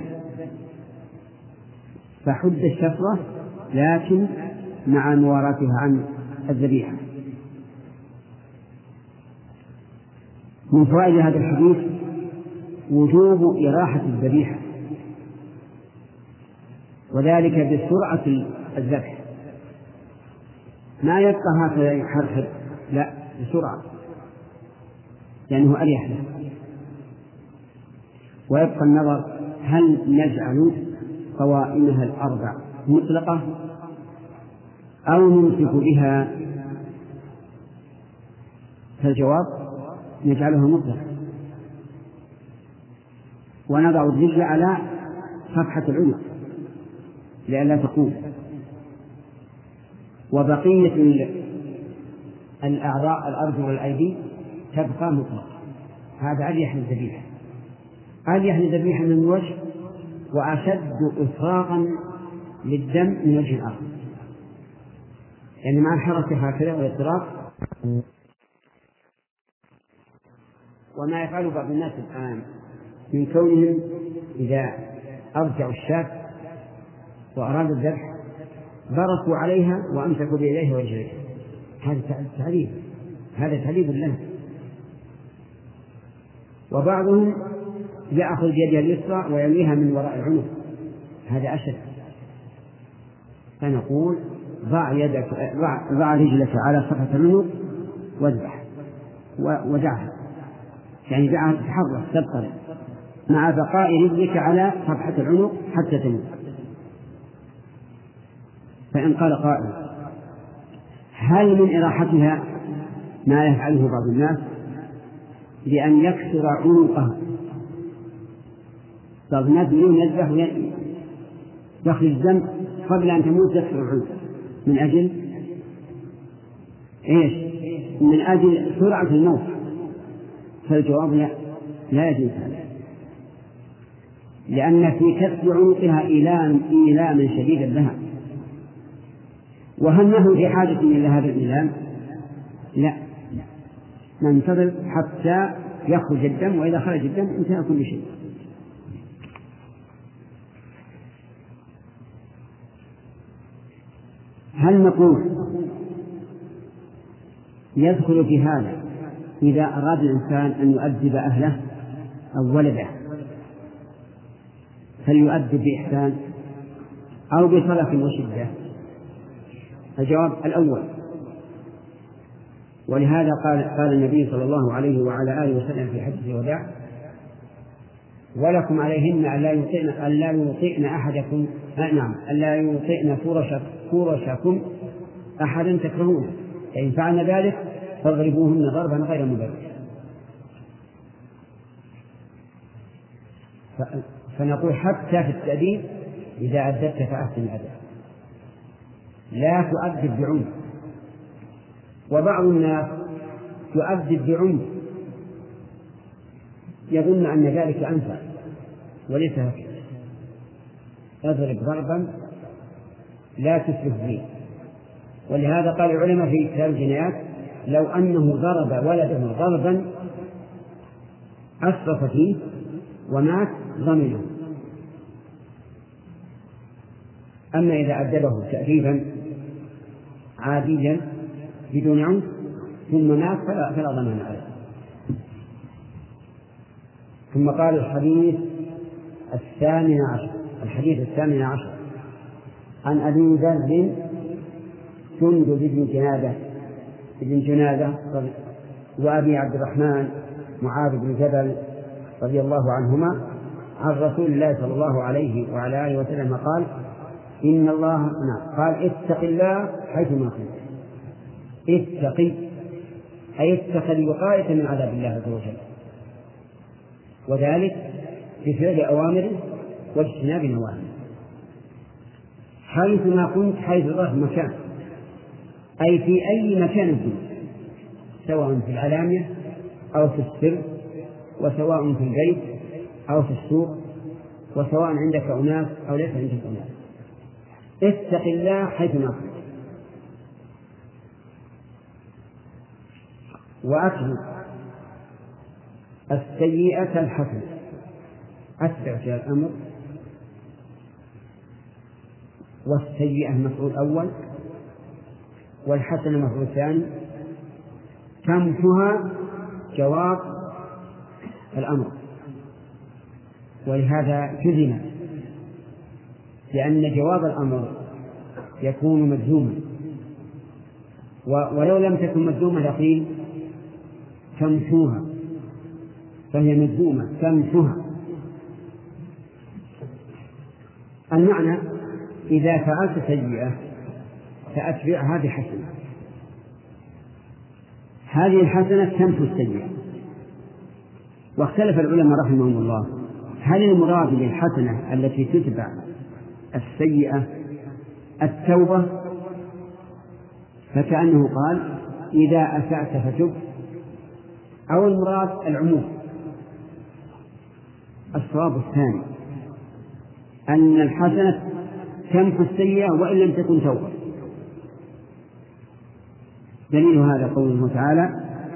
فحد الشفرة لكن مع مواراتها عن الذبيحة. من فوائد هذا الحديث وجوب إراحة الذبيحة، وذلك بسرعة الذبح، ما يبقى هكذا يحرحر، لا، بسرعة، لأنه أريح له. ويبقى النظر هل نجعل قوائمها الأربع مطلقة أو نمسك بها؟ فالجواب نجعلها مطلقة، ونضع الرجل على صفحة العنق لئلا تقوم، وبقية الأعضاء الأرجل والأيدي تبقى مطلقة. هذا أريح للذبيحة، أريح للذبيحة من الوجه، وأشد إفراغا للدم من وجه الآخر، يعني مع الحركة هكذا والاضطراب. وما يفعله بعض الناس الآن من كونهم إذا أرجعوا الشاة وأرادوا الذبح ضربوا عليها وأمسكوا بيديه ورجليه، هذا تعذيب، هذا تعذيب له. وبعضهم يأخذ بيدها اليسرى ويليها من وراء العنق، هذا أشد. فنقول ضع يدك، ضع رجلك على صفحة العنق واذبح ودعها، يعني دعها تتحرك تضطرب مع بقاء رجلك على صفحة العنق حتى تموت. فإن قال قائل هل من إراحتها ما يفعله بعض الناس لأن يكسر عنقها؟ بعض الناس يذبح يخرج الدم قبل أن تموت، يكسر العنق من أجل إيش؟ من أجل سرعة الموت. فالجواب لا، لا يجوز هذا، لأن في كسر عنقها إيلام إيلاما شديدا لها، وهل نحن في حاجة إلى هذا الإيلام؟ لا، ننتظر حتى يخرج الدم، وإذا خرج الدم انتهى كل شيء. هل نقول يدخل في هذا إذا أراد الإنسان أن يؤدب أهله أو ولده فليؤدب بإحسان أو بصلة وشدة؟ الجواب الأول، ولهذا قال قال النبي صلى الله عليه وعلى آله وسلم في حديث الوداع: ولكم عليهن ألا يطئن ألا يطئن أحدكم نعم ألا يطئن فرش فرشكم أحدا تكرهونه، فإن فعلن ذلك فاضربوهن ضربا غير مبرح. فنقول حتى في التأديب إذا أدبت فأحسن الأدب، لا تؤدب بعنف. وبعض الناس يؤدب بعنف يظن أن ذلك أنفع، وليس هكذا. اضرب ضربا لا تسرف به. ولهذا قال العلماء في كتاب الجنايات: لو أنه ضرب ولده ضربا أسرف فيه ومات ضمنه. أما إذا أدبه تأديبا عاديا بدون عنف ثم مات فلا, فلا ضمان عليه. ثم قال الحديث الثامن عشر الحديث الثامن عشر عن أبي ذر جندب بن جنادة بن جنادة وأبي عبد الرحمن معاذ بن جبل رضي الله عنهما عن رسول الله صلى الله عليه وعلى آله وسلم قال: إن الله نعم قال اتق الله حيثما كنت. اتقي أي اتخذ وقاية من عذاب الله عز وجل، وذلك بفعل أوامره واجتناب نواهيه. حيثما كنت، حيث ظرف مكان، أي في أي مكان كنت، سواء في العلانية أو في السر، وسواء في البيت أو في السوق، وسواء عندك أناس أو ليس عندك أناس. اتق الله حيثما كنت، وأتبع السيئة الحسنة. أتبع في الأمر، والسيئة مفعول أول، والحسنة مفعول ثاني. تمحها جواب الأمر، ولهذا جزم، لأن جواب الأمر يكون مجزوما، ولو لم تكن مجزومة لقيل تمحوها، فهي مجزومة تمحوها. المعنى إذا فعلت سيئة فأتبعها بحسنة، هذه الحسنة تمحو السيئة. واختلف العلماء رحمهم الله هل المراد بالحسنة التي تتبع السيئة التوبة، فكأنه قال إذا أسأت فتب، أو المراد العموم. الصواب الثاني، أن الحسنة تمحو السيئة وإن لم تكن توبة. دليل هذا قوله تعالى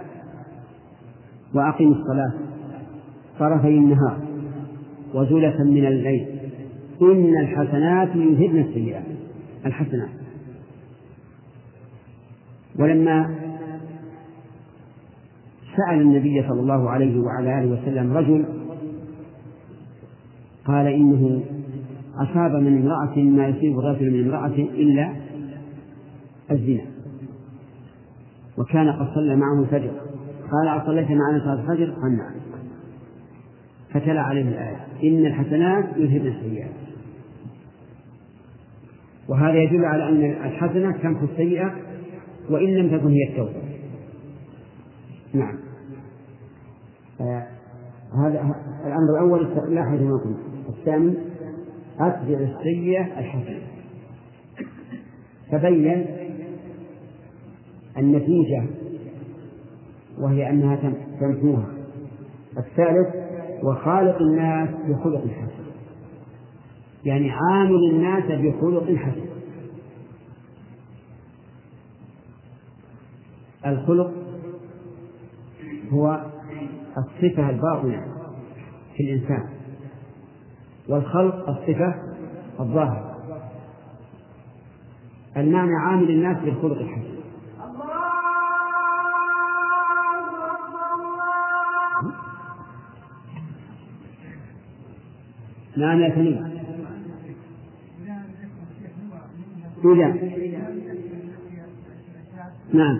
وأقم الصلاة طرفي النهار وزلفا من الليل إن الحسنات يذهبن السيئات. الحسنات. ولما سأل النبي صلى الله عليه وعلى آله وسلم رجل قال إنه أصاب من امرأة ما يصيب الرجل من امرأة إلا الزنا، وكان قد صلى معه الفجر، قال أصليت معنا صلاة الفجر؟ قال نعم، فتلا عليه الآية إن الحسنات يذهبن السيئات. وهذا يدل على أن الحسنة تمحو السيئة وإن لم تكن هي التوبة. نعم. آه هذا الأمر الأول اتق الله حيثما كنت. الثاني أتبع السيئة الحسنة، فبين النتيجة وهي أنها تمحوها. الثالث وخالق الناس بخلق حسن، يعني عامل الناس بخلق حسن. الخلق هو الصفة الباطنة في الإنسان، والخلق الصفة الظاهرة. المعنى عامل الناس بالخلق الحسن. نعم يا سليم. إذا نعم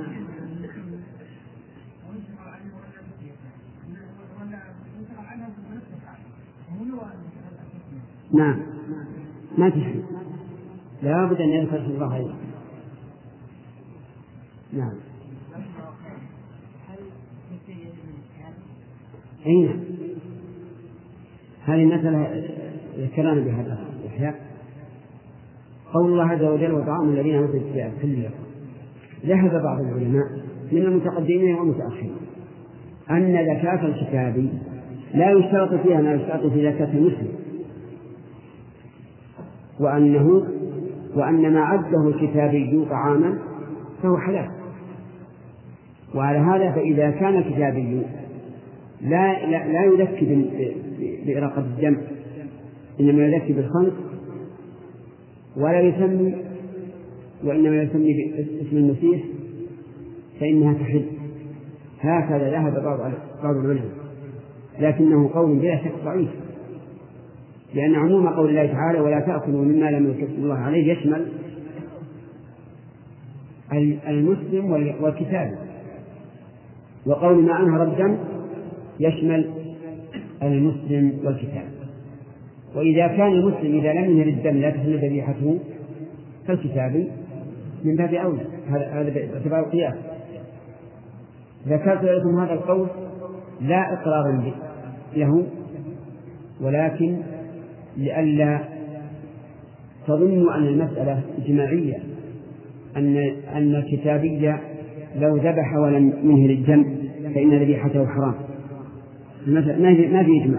نعم ما تشفي، لا بد أن يذكر الله عليه. نعم أين هذه المسألة ذكرنا بهذا الإحياء. قول الله عز وجل وطعام الذين أوتوا الكتاب كله. ذهب بعض العلماء من المتقدمين والمتأخرين أن زكاة الكتاب لا يشترط فيها ما يشترط في زكاة المسلم، وأنه وأن ما عده الكتابي طعاما فهو حلال. وعلى هذا فإذا كان الكتابي لا لا, لا يذكي بإراقة الدم، إنما يذكي بالخمر، ولا يسمي وإنما يسمي باسم المسيح، فإنها تحل. هكذا ذهب بعض العلماء، لكنه قول بلا شك ضعيف، لأن عموم قول الله تعالى ولا تأكلوا مما لم يذكر الله عليه يشمل المسلم والكتاب، وقول ما أنهر الدم يشمل المسلم والكتاب. وإذا كان المسلم إذا لم ينهر الدم لا تحل ذبيحته فالكتابي من باب أولى، هذا باعتبار القياس. ذكرت لكم هذا القول لا إقرارا له، ولكن لئلا تظنوا أن المسألة إجماعية، أن أن الكتابية لو ذبح ولم ينهي الدم فإن ذبيحته حرام، ما في إجماع.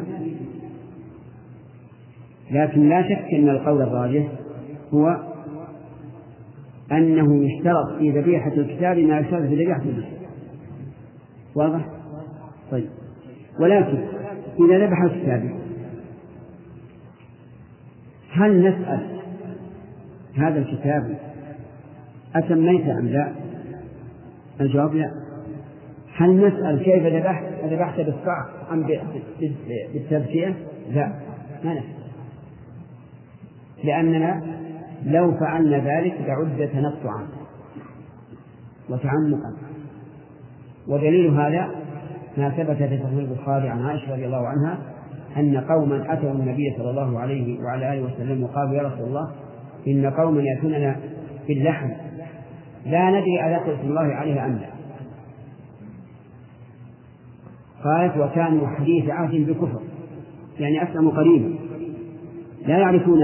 لكن لا شك أن القول الراجح هو أنه يشترط في ذبيحة الكتاب ما يشترط في ذبيحة المسلم. واضح؟ طيب، ولكن إذا ذبح الكتاب هل نسأل هذا الكتاب أسميت أم لا؟ الجواب لا. هل نسأل كيف ذبحت؟ ذبحت بالصعق أم بالتذكية؟ لا، ما نسأل، لأننا لو فعلنا ذلك لعد تنطعا وتعمقا. ودليل هذا ما ثبت في صحيح البخاري عن عائشة رضي الله عنها أن قوما أتوا النبي صلى الله عليه وعلى آله وسلم وقالوا يا رسول الله إن قوما يأتوننا باللحم لا ندري أذكر اسم الله عليه أم لا. قالت وكانوا حديث عهد بكفر، يعني أسلموا قريبا لا يعرفون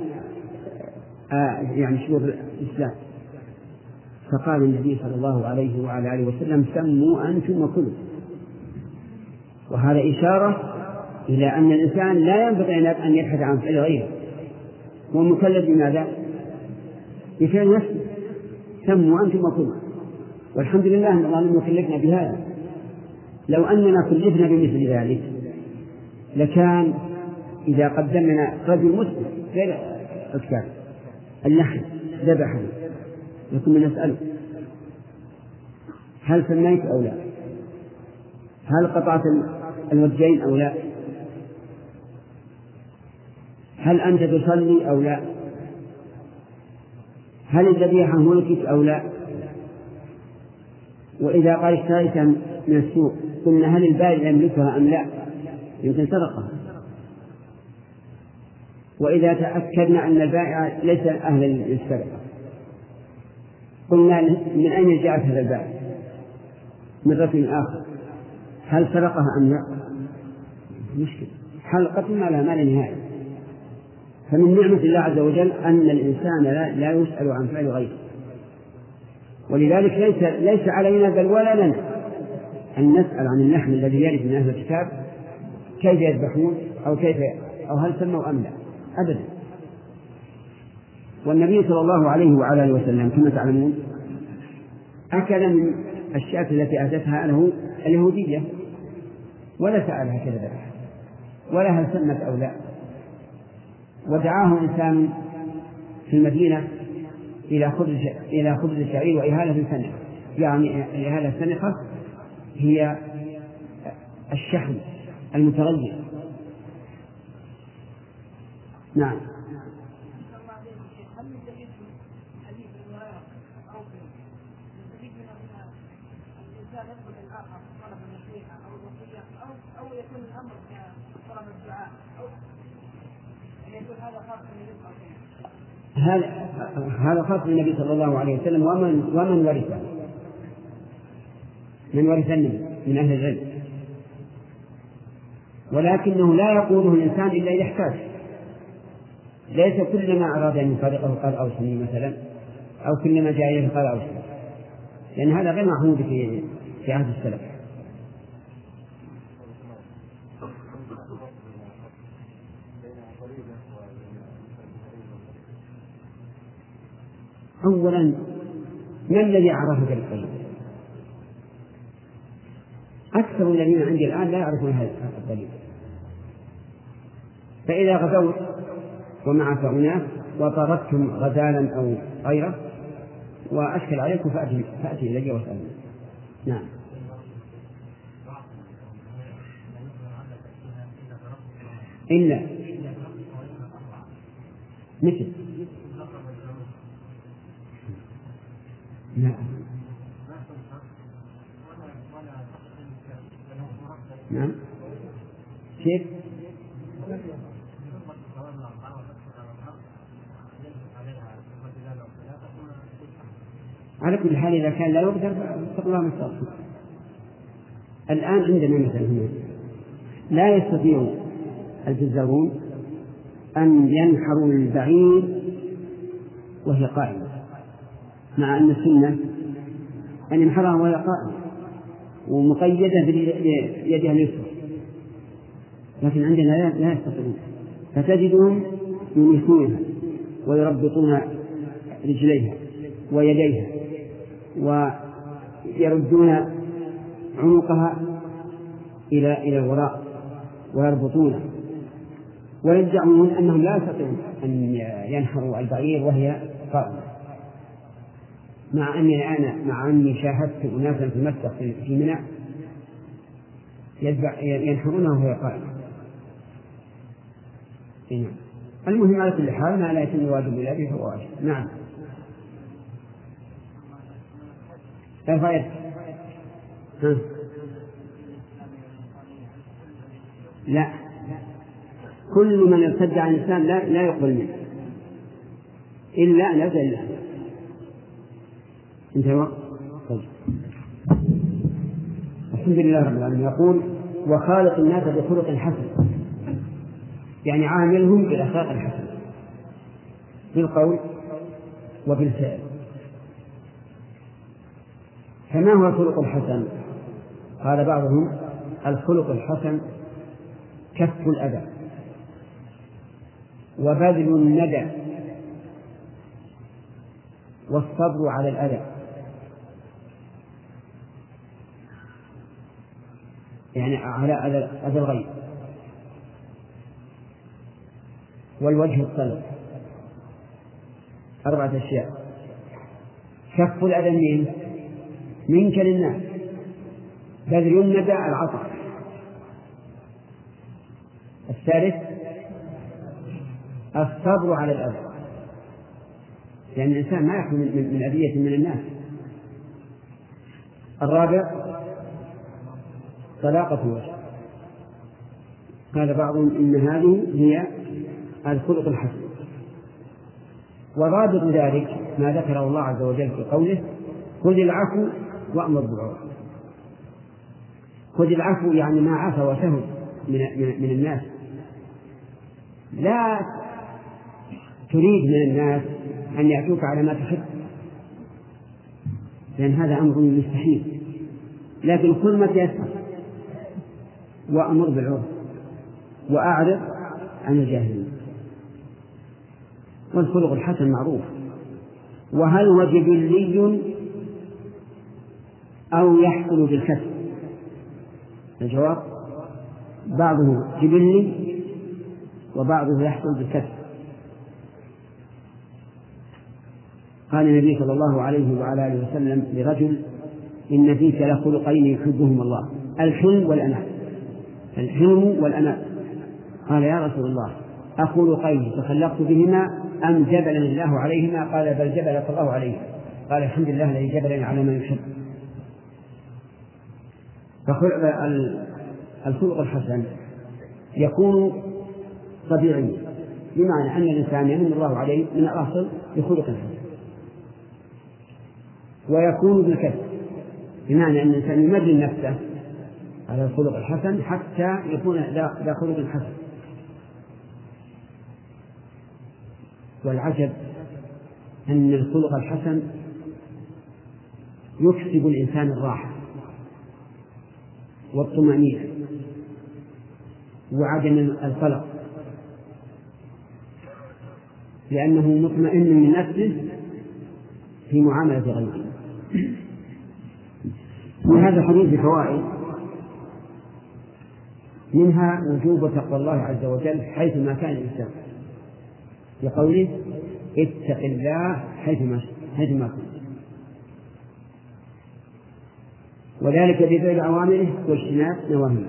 آه يعني شروط الإسلام. فقال النبي صلى الله عليه وعلى آله وسلم سموا أنتم وكلوا. وهذا إشارة إلى أن الإنسان لا ينبغي أن يبحث عن فعل غيره، هو مكلف بماذا؟ بفعل نفسه. سموا أنتم وكلوا، والحمد لله أن الله لم يكلفنا بهذا. لو أننا كلفنا بمثل ذلك لكان إذا قدمنا رجل مسلم غير الكتاب اللحم ذبحه لكنا نسأله هل سميت أو لا؟ هل قطعت الوجهين أو لا؟ هل أنت تصلي أو لا؟ هل الذبيحة ملكت أو لا؟ وإذا قال اشتريت من السوق قلنا هل البائع يملكها أم لا؟ يمكن سرقها. وإذا تأكدنا أن البائع ليس أهلا للسرقة قلنا من أين جاءت هذا البائع؟ من رجل آخر، هل سرقها أم لا؟ مشكلة، حلقة ما لها ما لا نهاية. فمن نعمة الله عز وجل أن الإنسان لا, لا يسأل عن فعل غيره، ولذلك ليس, ليس علينا بل ولا لنا أن نسأل عن اللحم الذي يرد من أهل الكتاب كيف يذبحون أو كيف أو هل سموا أم لا، أبدا. والنبي صلى الله عليه وعلى آله وسلم كما تعلمون أكل من الشاة التي أتتها له اليهودية ولا سألها كذا ولا هل سمت أو لا. ودعاه إنسان في المدينة إلى خبز إلى خبز الشعير وإهالة السنخة، يعني إهالة السنخة هي الشحم المتغير. نعم. هذا هذا خاص بالنبي صلى الله عليه وسلم ومن ومن ورثه من ورث النبي من أهل العلم، ولكنه لا يقوله الإنسان إلا إذا احتاج. ليس كلما أراد أن يفارقه قال أوصني مثلا، أو كلما جاء إليه قال أوصني، لأن هذا غير معهود في في عهد السلف. أولا من الذي عرفك بالقريب؟ أكثر الذين عندي الآن لا يعرفون هذا الدليل. فإذا غزوت ومعك أناس وطردتم غزالا أو غيره وأشكل عليكم فأتي, فأتي إلي واسألني. نعم. إلا مثل نعم نعم كيف؟ على كل حال إذا كان لا يقدر فاتقوا الله ما استطعتم. الآن عندنا مثلا هنا لا يستطيع الجزارون أن ينحروا البعير وهي قائمة، مع أن السنة أن ينحرها وهي قائمة ومقيدة بيدها اليسرى، لكن عندنا لا يستطيعون، فتجدهم يمسكونها ويربطون رجليها ويديها ويردون عنقها إلى إلى الوراء ويربطونه، ويدعون أنهم لا يستطيعون أن ينحروا البعير وهي قائمة، مع أني أنا مع أني شاهدت أناسا في مكة في منى ينحرونها وهي قائمة. المهم على كل حال ما لا يتم واجب إلا به فهو واجب. نعم. ارفع يدك. ها. لا، كل من ارتد عن الإسلام لا لا يقبل منه إلا أن يرجع الله. انتهى الوقت. طيب. الحمد لله رب العالمين. يقول وخالق الناس بخلق حسن، يعني عاملهم بالأخلاق الحسنة بالقول وبالفعل. فما هو الخلق الحسن؟ قال بعضهم الخلق الحسن كف الأذى وبذل الندى والصبر على الأذى، يعني على أذى الغير، والوجه الطلب. أربعة أشياء: كف الأذى منين؟ منك للناس، بذل الندى العطاء. الثالث الصبر على الأذى، يعني الإنسان ما يحمل من, من أذية من الناس. الرابع طلاقة الوجه. قال بعضهم إن هذه هي الخلق الحسن، وضابط ذلك ما ذكره الله عز وجل في قوله خذ العفو وأمر بالعرف. خذ العفو يعني ما عفى وسهل من, من الناس، لا تريد من الناس أن يأتوك على ما تحب، لأن هذا أمر مستحيل، لكن كل ما تيسر. وأمر بالعرف وأعرض عن الجاهلين. والخلق الحسن معروف. وهل هو جبلي أو يحصل بالكسب؟ الجواب بعضه جبلي وبعضه يحصل بالكسب. قال النبي صلى الله عليه وعلى آله وسلم لرجل إن فيك لخلقين يحبهم الله: الحلم والأناة. الحلم والأناة. قال يا رسول الله أخلقين تخلقت بهما أم جبلني الله عليهما؟ قال بل جبلك الله عليهما. قال الحمد لله الذي جبلني على ما يحب. فالخلق الحسن يكون طبيعيا، بمعنى أن الإنسان يمن الله عليه من الأصل بخلق حسن، ويكون بالكسب، بمعنى أن الإنسان يمرن نفسه على الخلق الحسن حتى يكون ذا خلق حسن. والعجب أن الخلق الحسن يكسب الإنسان الراحة والطمأنينة وعدم القلق، لأنه مطمئن من نفسه في معاملة غيره. وهذا الحديث بفوائد، منها وجوب تقوى الله عز وجل حيثما كان الإنسان، لقوله اتق الله حيثما حيثما كنت، وذلك بفعل أوامره واجتناب نواهيه،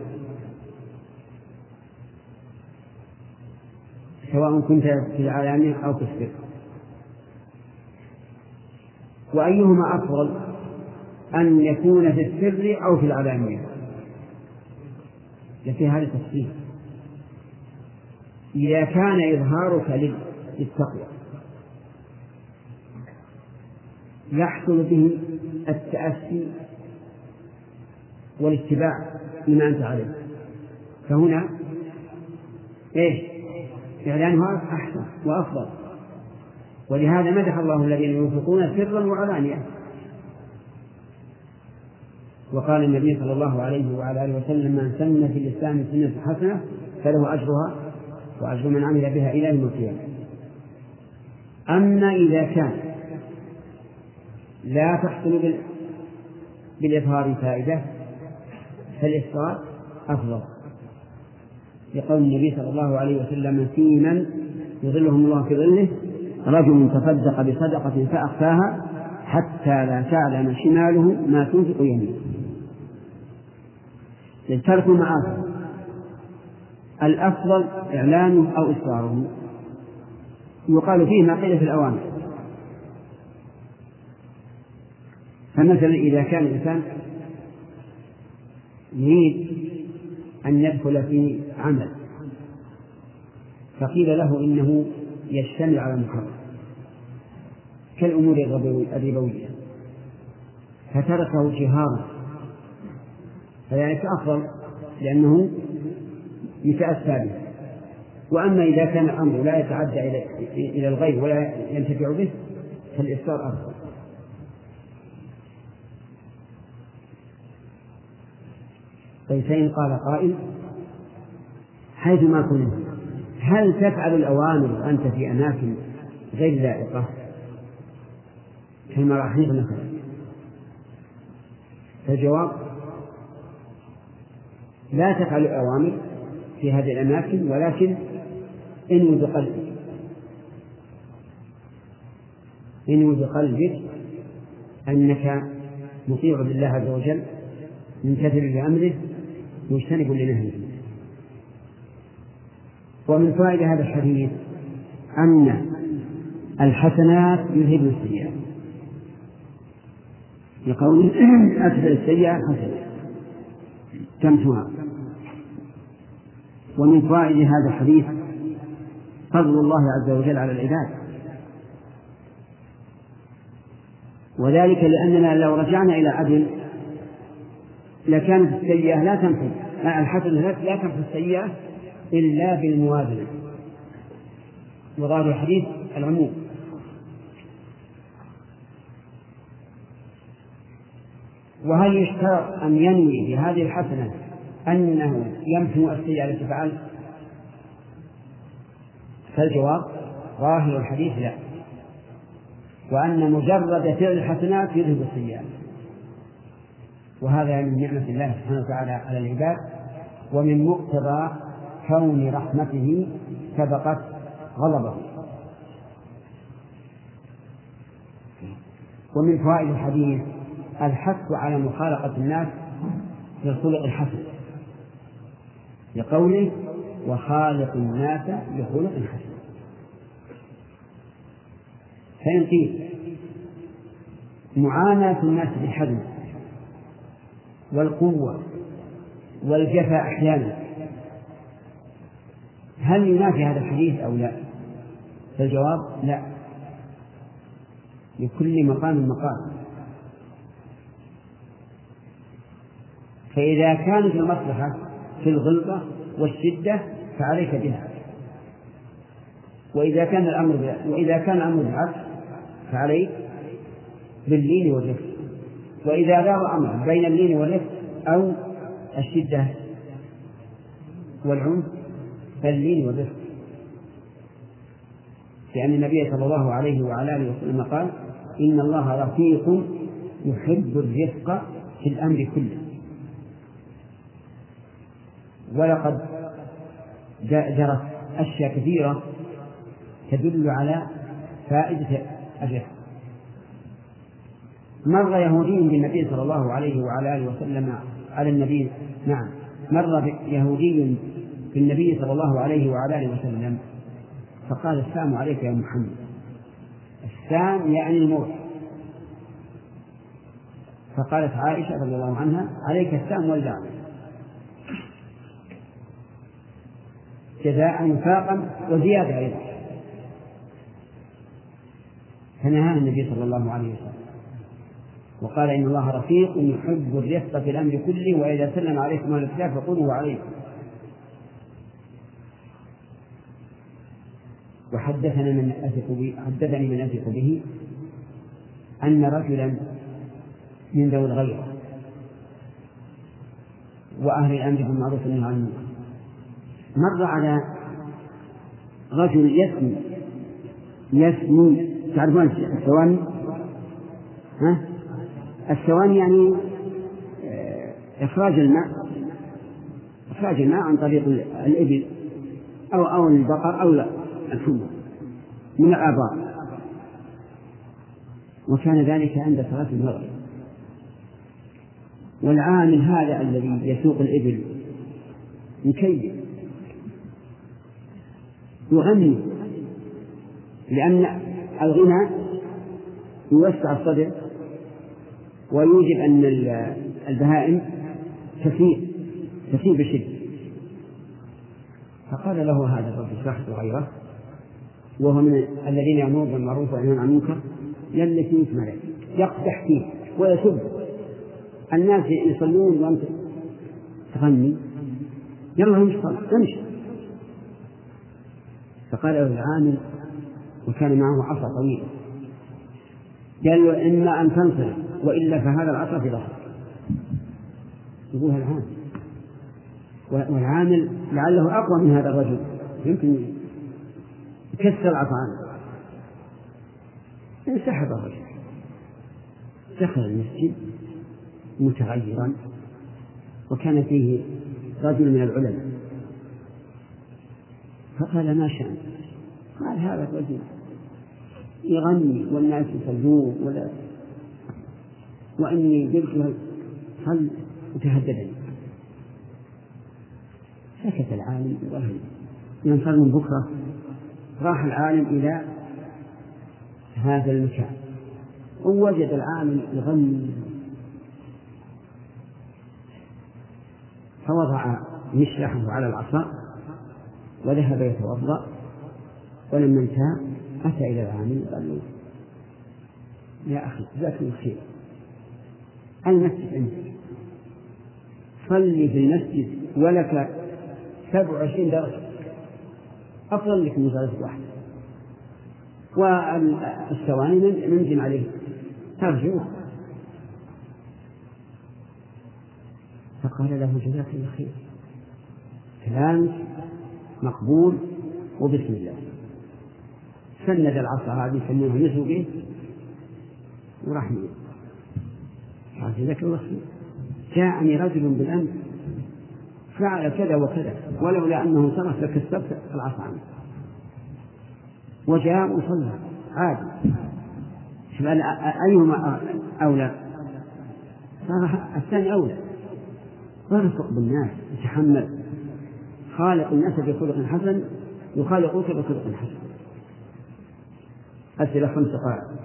سواء كنت في العلانية أو في السر. وأيهما أفضل، أن يكون في السر أو في العلانية؟ لكن هذا تفصيل. إذا كان إظهارك للتقوى يحصل به التأسي والاتباع لما أنت عليه، فهنا إيش؟ إعلانها أحسن وأفضل. ولهذا مدح الله الذين ينفقون سرا وعلانية. وقال النبي صلى الله عليه وعلى آله وسلم: من سن في الإسلام سنة حسنة فله أجرها وأجر من عمل بها إلى يوم القيامة. أما إذا كان لا تحصل بالإظهار فائدة فالإسرار أفضل، لقول النبي صلى الله عليه وسلم: في من يظلهم الله في ظله رجل تصدق بصدقة فأخفاها حتى لا تعلم شماله ما تنفق يمينه. ترك المعاصي الأفضل إعلانه أو إسراره، يقال فيه ما قيل في الأوامر. فمثلا إذا كان الإنسان يريد أن يدخل في عمل فقيل له إنه يشتمل على المحرم كالأمور الربوية فتركه جهارا، فذلك أفضل لأنه يتأسى به. وأما إذا كان الأمر لا يتعدى إلى الغيب ولا ينتفع به فالإسرار أفضل. طيب فإن قال قائل: حيث ما كنت هل تفعل الأوامر وأنت في أماكن غير لائقة كالمراحيض مثلا؟ فالجواب: لا تفعل الأوامر في هذه الأماكن، ولكن انوي بقلبك انوي بقلبك أنك مطيع لله عز وجل ممتثل لأمره مجتنب لنهيه. ومن فائدة هذا الحديث أن الحسنات يذهبن السيئات، لقول أتبع السيئة حسنة تمحوها. ومن فائدة هذا الحديث فضل الله عز وجل على العباد، وذلك لأننا لو رجعنا إلى عدل لكانت السيئة لا تمحو الحسنة لا تمحو السيئة إلا بالموازنة، وظاهر الحديث العموم. وهل يشترط أن ينوي بهذه الحسنة أنه يمحو السيئة التي فعل؟ فالجواب: ظاهر الحديث لا، وأن مجرد فعل الحسنات يذهب السيئات، وهذا من نعمة الله سبحانه وتعالى على العباد، ومن مقتضى كون رحمته سبقت غضبه. ومن فوائد الحديث الحث على مخالقة الناس بالخلق الحسن، لقوله: وخالق الناس بخلق حسن. فإن قيل معاناة الناس بالحزم والقوة والجفاء أحيانا هل ينافي هذا الحديث أو لا؟ فالجواب: لا، لكل مقام مقام. فإذا كانت المصلحة في الغلظة والشدة فعليك بها، وإذا كان الأمر وإذا كان الأمر بالعكس فعليك باللين والرفق، وإذا دار أمر بين اللين والرفق أو الشدة والعنف فاللين والرفق، لأن النبي صلى الله عليه وعلى آله وسلم قال: إن الله رفيق يحب الرفق في الأمر كله. ولقد جرت أشياء كثيرة تدل على فائدة الرفق. مر يهودي بالنبي صلى الله عليه وعلى آله وسلم على النبي نعم مر يهودي بالنبي صلى الله عليه وعلى آله وسلم فقال: السلام عليك يا محمد. السلام يعني الموت. فقالت عائشة رضي الله عنها: عليك السلام واللعنة، جزاء وفاقا وزيادة أيضا. فنهاه النبي صلى الله عليه وسلم وقال: إن الله رفيق يحب الرفق في الأمر كله، وإذا سلم عليكم أهل الكتاب فقولوا عليكم. وحدثنا من أثق به حدثني من أثق به أن رجلا من ذوي الغيرة وأهل الأمر بالمعروف والنهي عن المنكر. مر على رجل يسمو يسمو تعرفون السواني؟ ها؟ السواني يعني إخراج الماء إخراج الماء عن طريق الإبل أو أو البقر أو الحمر من الآبار، وكان ذلك عند صلاة المغرب. والعامل هذا الذي يسوق الإبل يكيف يغني، لأن الغنى يوسع الصدر ويوجب أن البهائم تسيء تسيء بشدة. فقال له هذا الرجل شخص غيره وهو من الذين يأمرون بالمعروف وينهون عن المنكر يلي فيه ملك يقدح فيه ويسب الناس يصلون وأنت تغني، يلا امشي امشي. فقال له العامل وكان معه عصا طويلة قال له إما أن تنصرف وإلا فهذا العصا في ظهرك. يقولها العامل، والعامل لعله أقوى من هذا الرجل يمكن يكسر العصا عنه. انسحب الرجل دخل المسجد متغيرا، وكان فيه رجل من العلماء فقال ما شأن؟ قال هذا الرجل يغني والناس يصلون ولا وإني قلت هل تهددني. سكت العالم وهل ينصر من بكرة. راح العالم إلى هذا المكان ووجد العالم يغني، فوضع مشلحه على العصا وذهب يتوضأ، ولما انتهى أتى إلى العامل وقال له يا أخي جزاك الله خير، المسجد عندك صلي في المسجد ولك سبع وعشرين درجة أفضل لك من درجة واحدة، والثواني ننزم عليه ترجع. فقال له جزاك الله خير، كلامك مقبول وبسم الله. سند العصا هذه يسمونها نسوقه وراح منه. قال جزاك الله خير، جاءني رجل بالأمس فعل كذا وكذا ولولا أنه صرف لكسرت العصا عنه. وجاء وصلى عادي. أيهما أولى؟ صار الثاني أولى. ورفق بالناس يتحمل، خالق الناس بخلق حسن يخالقوك بخلق حسن. أسئلة خمس دقائق.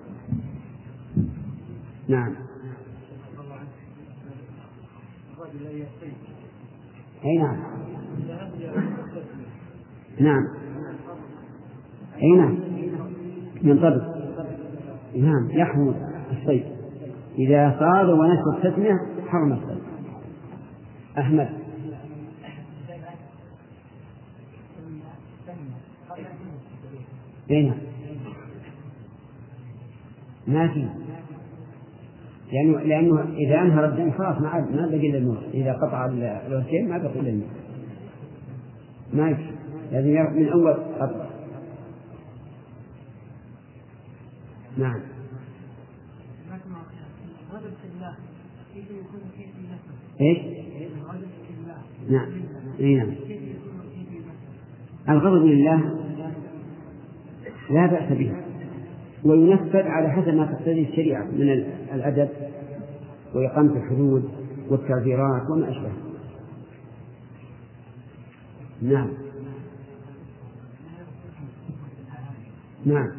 نعم. أي نعم. نعم. أي نعم ينطبق. نعم يحرم الصيد إذا صاد ونشر التسمية حرم الصيد. أحمد. أي نعم ما في، لأنه, لأنه إذا أنهر الدم خلاص ما عاد ما بقي إلا الموت. إذا قطع الوسيل ما بقي إلا الموت، ما يكفي، لازم من أول قطع. نعم. إيش؟ نعم. إيه نعم. الغضب لله لا بأس به وينفذ على حسب ما تقتضي الشريعة من الأدب وإقامة الحدود والتعذيرات وما أشبه. نعم. نعم.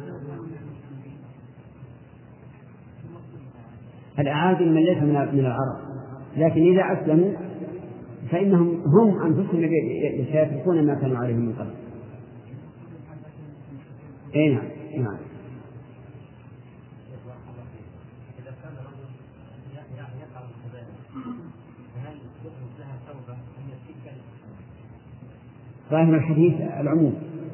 الأعاجم من ليس من العرب، لكن إذا أسلموا فإنهم هم أنفسهم يشاركون ما كانوا عليه من قبل. أي نعم. نعم. ظاهر الحديث العموم،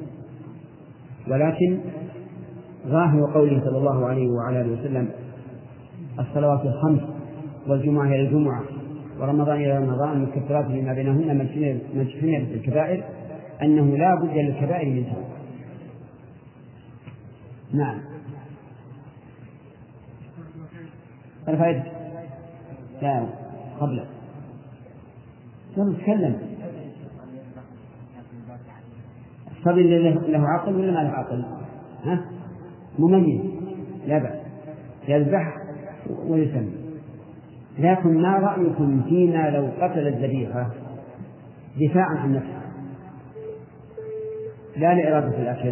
ولكن ظاهر قوله صلى الله عليه وعلى آله وسلم الصلوات الخمس والجمعة إلى الجمعة ورمضان إلى رمضان مكفرات لما بينهن من اجتنبت الكبائر أنه لا بد للكبائر من توبة. نعم. الفائدة لا قبل نتكلم. الصبي له عقل ولا ما له عقل؟ ها؟ مميز لا بأس يذبح ويسمي. لكن ما رأيكم فيما لو قتل الذبيحة دفاعا عن نفسه لا لإرادة الأكل؟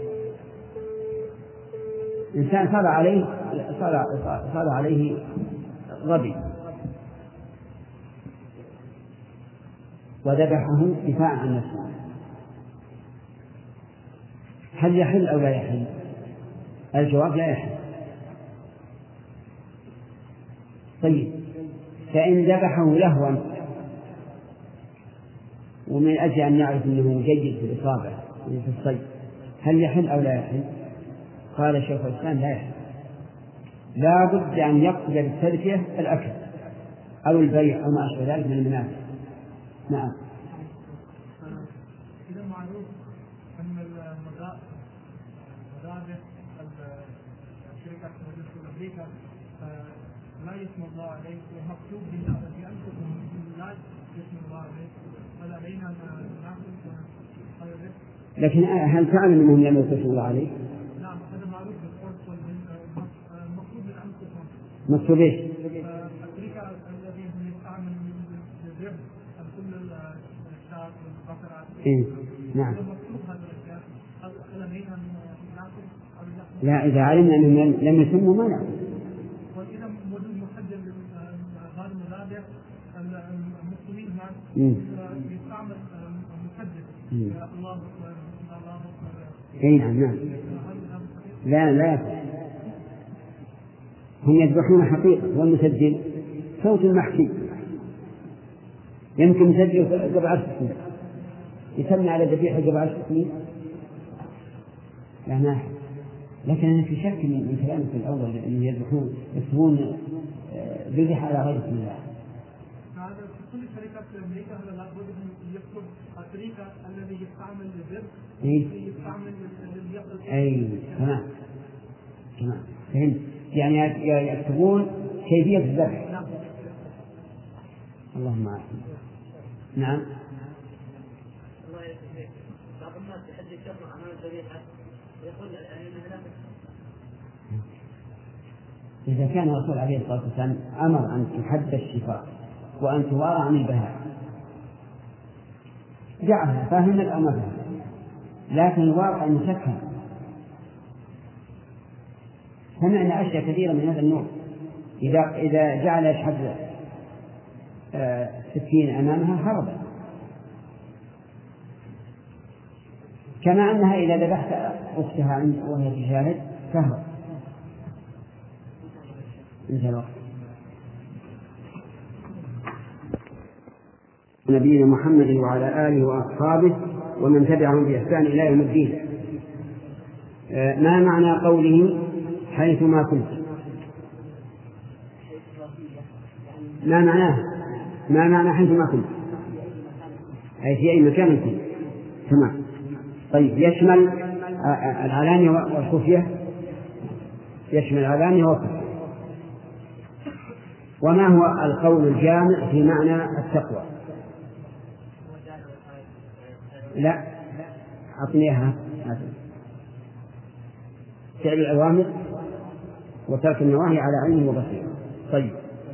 إنسان صار عليه صار صار عليه غبي وذبحه دفاعا عن نفسه، هل يحل أو لا يحل؟ الجواب لا يحل. طيب فإن ذبحه لهوا ومن أجل أن يعرف أنه جيد في الإصابة في الصيد هل يحل أو لا يحل؟ قال شيخ الإسلام لا يحل، لا بد أن يقصد بالتذكية الأكل أو البيع أو ما أشبه ذلك من المنافع. نعم. إذا معروف أن المذابح الشركة في أمريكا لا يسمى الله عليه ومكتوب بأنفسهم لا يسمى الله عليه فلا علينا أن نأخذ. لكن هل تعلم أنهم لم يسمى الله عليه؟ نعم هذا معروف بالقرص المكتوب من أنفسهم. مكتوب إيش؟ أمريكا الذي يستعمل الرب كل الشعب والبقرات. إيه نعم. مكتوب هذا الأشياء هل علينا أن نأخذ؟ لا إذا علمنا أنهم لم يسموا ما نأخذ. وإذا موجود مسجل لهذا المذابح المسلمين هناك يستعمل مسجل الله أكبر الله أكبر. أي نعم نعم. لا لا هم يذبحون حقيقة والمسجل صوت محكي يمكن مسجل قبل عشر سنين يسمى على ذبيحة قبل عشر سنين لا ما. لكن أنا في شك من كلامك الأول أنه يذبحون يكتبون ذبح على غير اسم الله. هذا في كل شركات في أمريكا هذا لابد أن يكتب الطريقة الذي يستعمل الذبح يستعمل الذبح. أي تمام تمام فهمت. يعني يكتبون كيفية الذبح. نعم. اللهم أعلم. نعم. الله يسلمك. بعض الناس يحدث شر عن الذبيحة يقول أنها لا إذا كان الرسول عليه الصلاة والسلام أمر أن تحد الشفاء وأن توارى عن البهاء جعلها فهم الأمر، لكن الواقع مسكن. سمعنا أشياء كثيرة من هذا النوع. إذا إذا جعل يشحذ سكين أمامها هربت، كما أنها إذا ذبحت أختها وهي تشاهد تهرب. انتهى الوقت. نبينا محمد وعلى آله وأصحابه ومن تبعهم بإحسان إلى يوم الدين. ما معنى قوله حيثما كنت؟ ما معناه؟ ما معنى حيثما كنت؟ أي في أي مكان كنت. تمام. طيب يشمل العلانية والخفية؟ يشمل العلانية والخفية. وما هو القول الجامع في معنى التقوى؟ لا أعطنيها. فعل الأوامر وترك النواهي على علم وبصيرة. طيب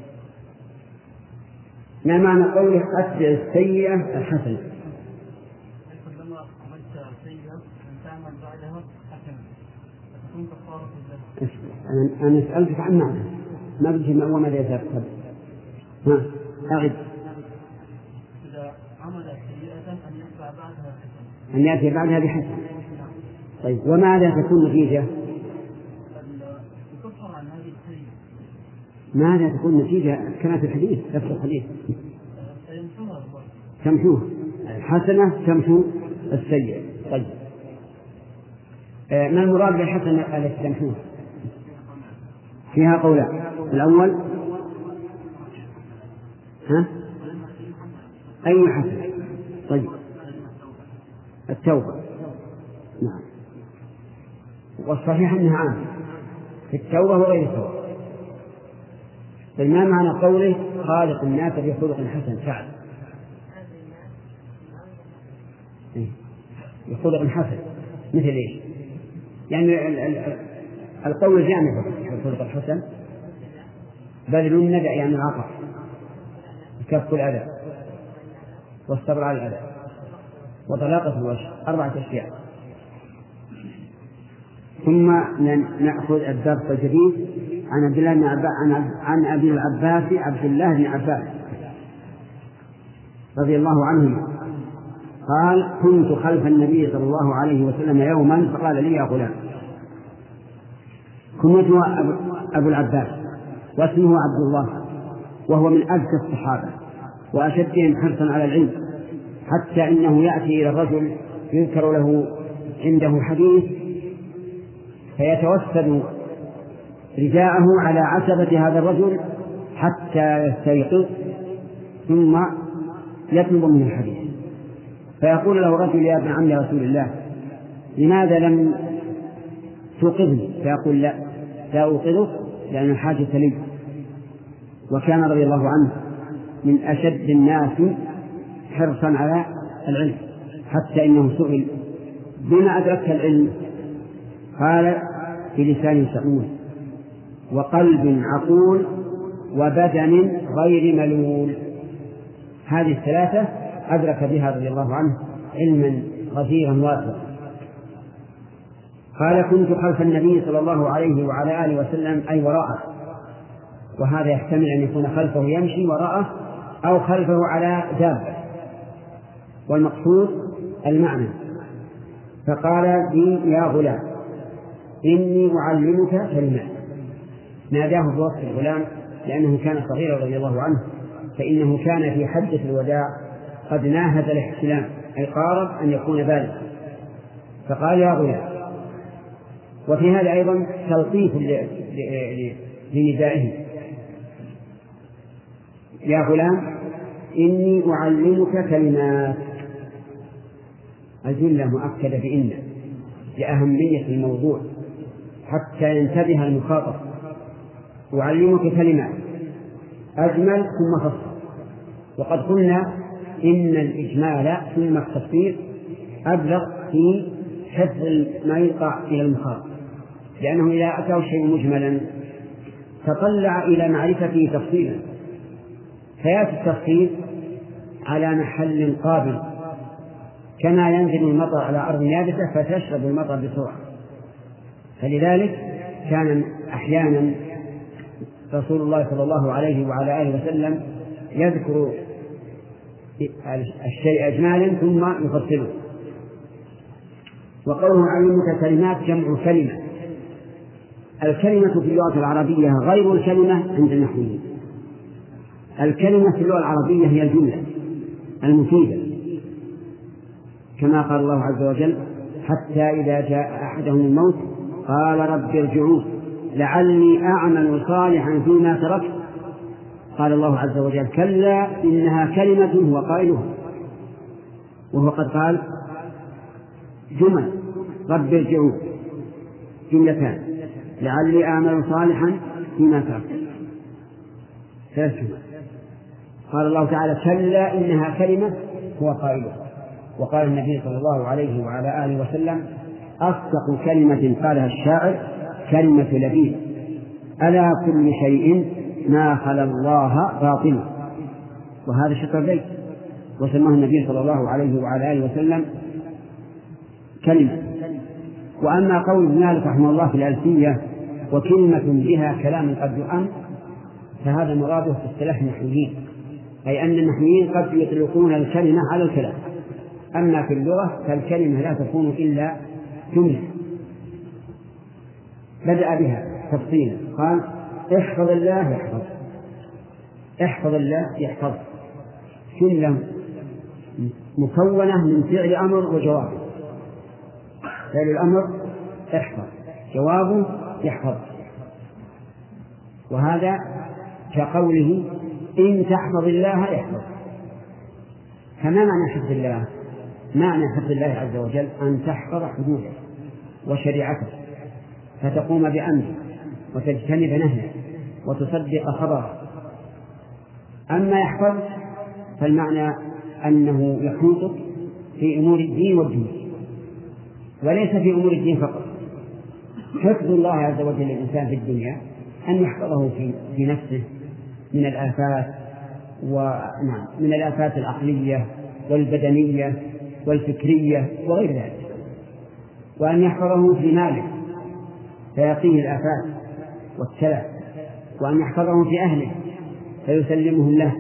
ما معنى قوله أتبع السيئة الحسنة؟ لما عملت سيئة أن تعمل بعدها حسنة فتكون كفارة الذنب. أنا سألتك عن معنى ما بدي ما ماذا يتأكد. ها أعد. إذا عمل سيئة أن يتبع بعدها حسنة. أن يأتي بعدها بحسنة. طيب وماذا تكون نتيجة؟ تكفر عن هذه السيئة. ماذا تكون نتيجة كما في الحديث نفس الحديث؟ سيمحوها الله. تمحوها الحسنة تمحو السيئة. طيب ما المراد بالحسنة التي تمحوها؟ فيها قولان. الأول ها أي حسن؟ طيب التوبة، نعم، والصحيح أنها عامة في التوبة وغير التوبة. طيب ما معنى قوله خالق الناس بخلق حسن؟ فعل بخلق حسن مثل إيش؟ يعني القول جامع في الخلق الحسن بذل الندى يعني العطاء، كف الأذى والصبر على الأذى وطلاقة الوجه، أربعة أشياء. ثم نأخذ الدرس الجديد عن عبد الله بن عباس عن أبي العباس عبد الله بن عباس رضي الله عنهما قال: كنت خلف النبي صلى الله عليه وسلم يوما فقال لي: يا غلام. كنيته أبو العباس واسمه عبد الله، وهو من أذكى الصحابة وأشدهم حرصا على العلم، حتى إنه يأتي إلى الرجل يذكر له عنده حديث فيتوسد رداءه على عتبة هذا الرجل حتى يستيقظ ثم يطلب منه الحديث، فيقول له الرجل: يا ابن عم رسول الله، لماذا لم توقظني؟ فيقول: لا لا أوقظك لأن الحاجة لي. وكان رضي الله عنه من أشد الناس حرصا على العلم، حتى إنه سئل: بما أدركت العلم؟ قال: بلسان سؤول وقلب عقول وبدن غير ملول. هذه الثلاثة أدرك بها رضي الله عنه علما غزيرا واسعا. قال: كنت خلف النبي صلى الله عليه وعلى آله وسلم أي وراءه، وهذا يحتمل أن يكون خلفه يمشي وراءه أو خلفه على دابة، والمقصود المعنى. فقال لي: يا غلام إني أعلمك كلمات. ناداه في وقت الغلام لأنه كان صغيرا رضي الله عنه، فإنه كان في حجة الوداع قد ناهز الاحتلام أي قارب أن يكون بالغا، فقال: يا غلام. وفي هذا أيضا تلطيف لندائه: يا غلام إني أعلمك كلمات. الجملة مؤكدة بإن لأهمية الموضوع حتى ينتبه المخاطب. أعلمك كلمات أجمل ثم فصل. وقد قلنا إن الإجمال ثم التفصيل أبلغ في حفظ ما يقع إلى المخاطب، لأنه إذا أتاه شيء مجملا تطلع إلى معرفته تفصيلا، فيأتي التفصيل على محل قابل، كما ينزل المطر على أرض يابسة فتشرب المطر بسرعة. فلذلك كان أحيانا رسول الله صلى الله عليه وعلى آله وسلم يذكر الشيء أجمالا ثم يفصله. وقوله علمك كلمات جمع كلمة. الكلمة في اللغة العربية غير الكلمة عند النحويين. الكلمة في اللغة العربية هي الجملة المفيدة، كما قال الله عز وجل: حتى إذا جاء أحدهم الموت قال رب ارجعون لعلي أعمل صالحا فيما تركت. قال الله عز وجل: كلا إنها كلمة هو قائلها. وهو قد قال جمل: رب ارجعون جملتان، لعلي أعمل صالحا فيما تركت ثلاث جمل. قال الله تعالى: كلا إنها كلمة هو قائلها. وقال النبي صلى الله عليه وعلى آله وسلم: أصدق كلمة قالها الشاعر كلمة لبيب، ألا كل شيء ما خلا الله باطل. وهذا شطر بيت، وسماه النبي صلى الله عليه وعلى آله وسلم كلمة. وأما قول ابن مالك رحمه الله في الألفية: وكلمة بها كلام قد يؤم، فهذا مراده في اصطلاح النحويين، أي أن النحويين قد يطلقون الكلمة على الكلام، أما في اللغة فالكلمة لا تكون إلا جملة. بدأ بها تفصيلا، قال: احفظ الله يحفظ، احفظ الله يحفظ، جملة مكونة من فعل أمر وجواب. فعل الأمر احفظ، جوابه يحفظ. وهذا كقوله: إن تحفظ الله يحفظ. فما معنى حفظ الله؟ معنى حفظ الله عز وجل أن تحفظ حدوده وشريعته، فتقوم بأمره وتجتنب نهيه وتصدق خبره. أما يحفظ فالمعنى أنه يحوطك في أمور الدين والدنيا، وليس في أمور الدين فقط. حفظ الله عز وجل للإنسان في الدنيا أن يحفظه في, في نفسه من الآفات ونعم من الآفات العقلية والبدنية والفكرية وغير ذلك، وأن يحفظه في ماله فيقيه الآفات والتلف، وأن يحفظه في أهله فيسلمهم له،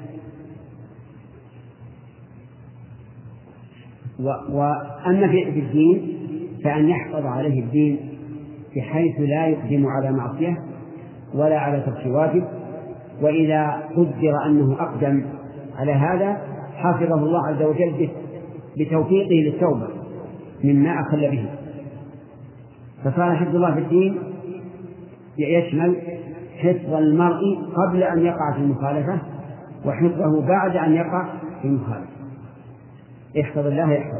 وأما في الدين فأن يحفظ عليه الدين بحيث لا يقدم على معصية ولا على ترك واجب، وإذا قدر أنه أقدم على هذا حافظه الله عز وجل بتوفيقه للتوبة مما أخل به. فصار حفظ الله في الدين يشمل حفظ المرء قبل أن يقع في المخالفة وحفظه بعد أن يقع في المخالفة. احفظ الله يحفظ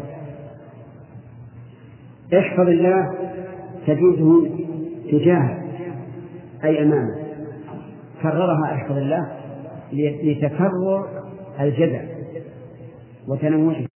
احفظ الله تجده تجاهه أي أمامه. كررها احفظ الله لتكرر الجزع وتنوعه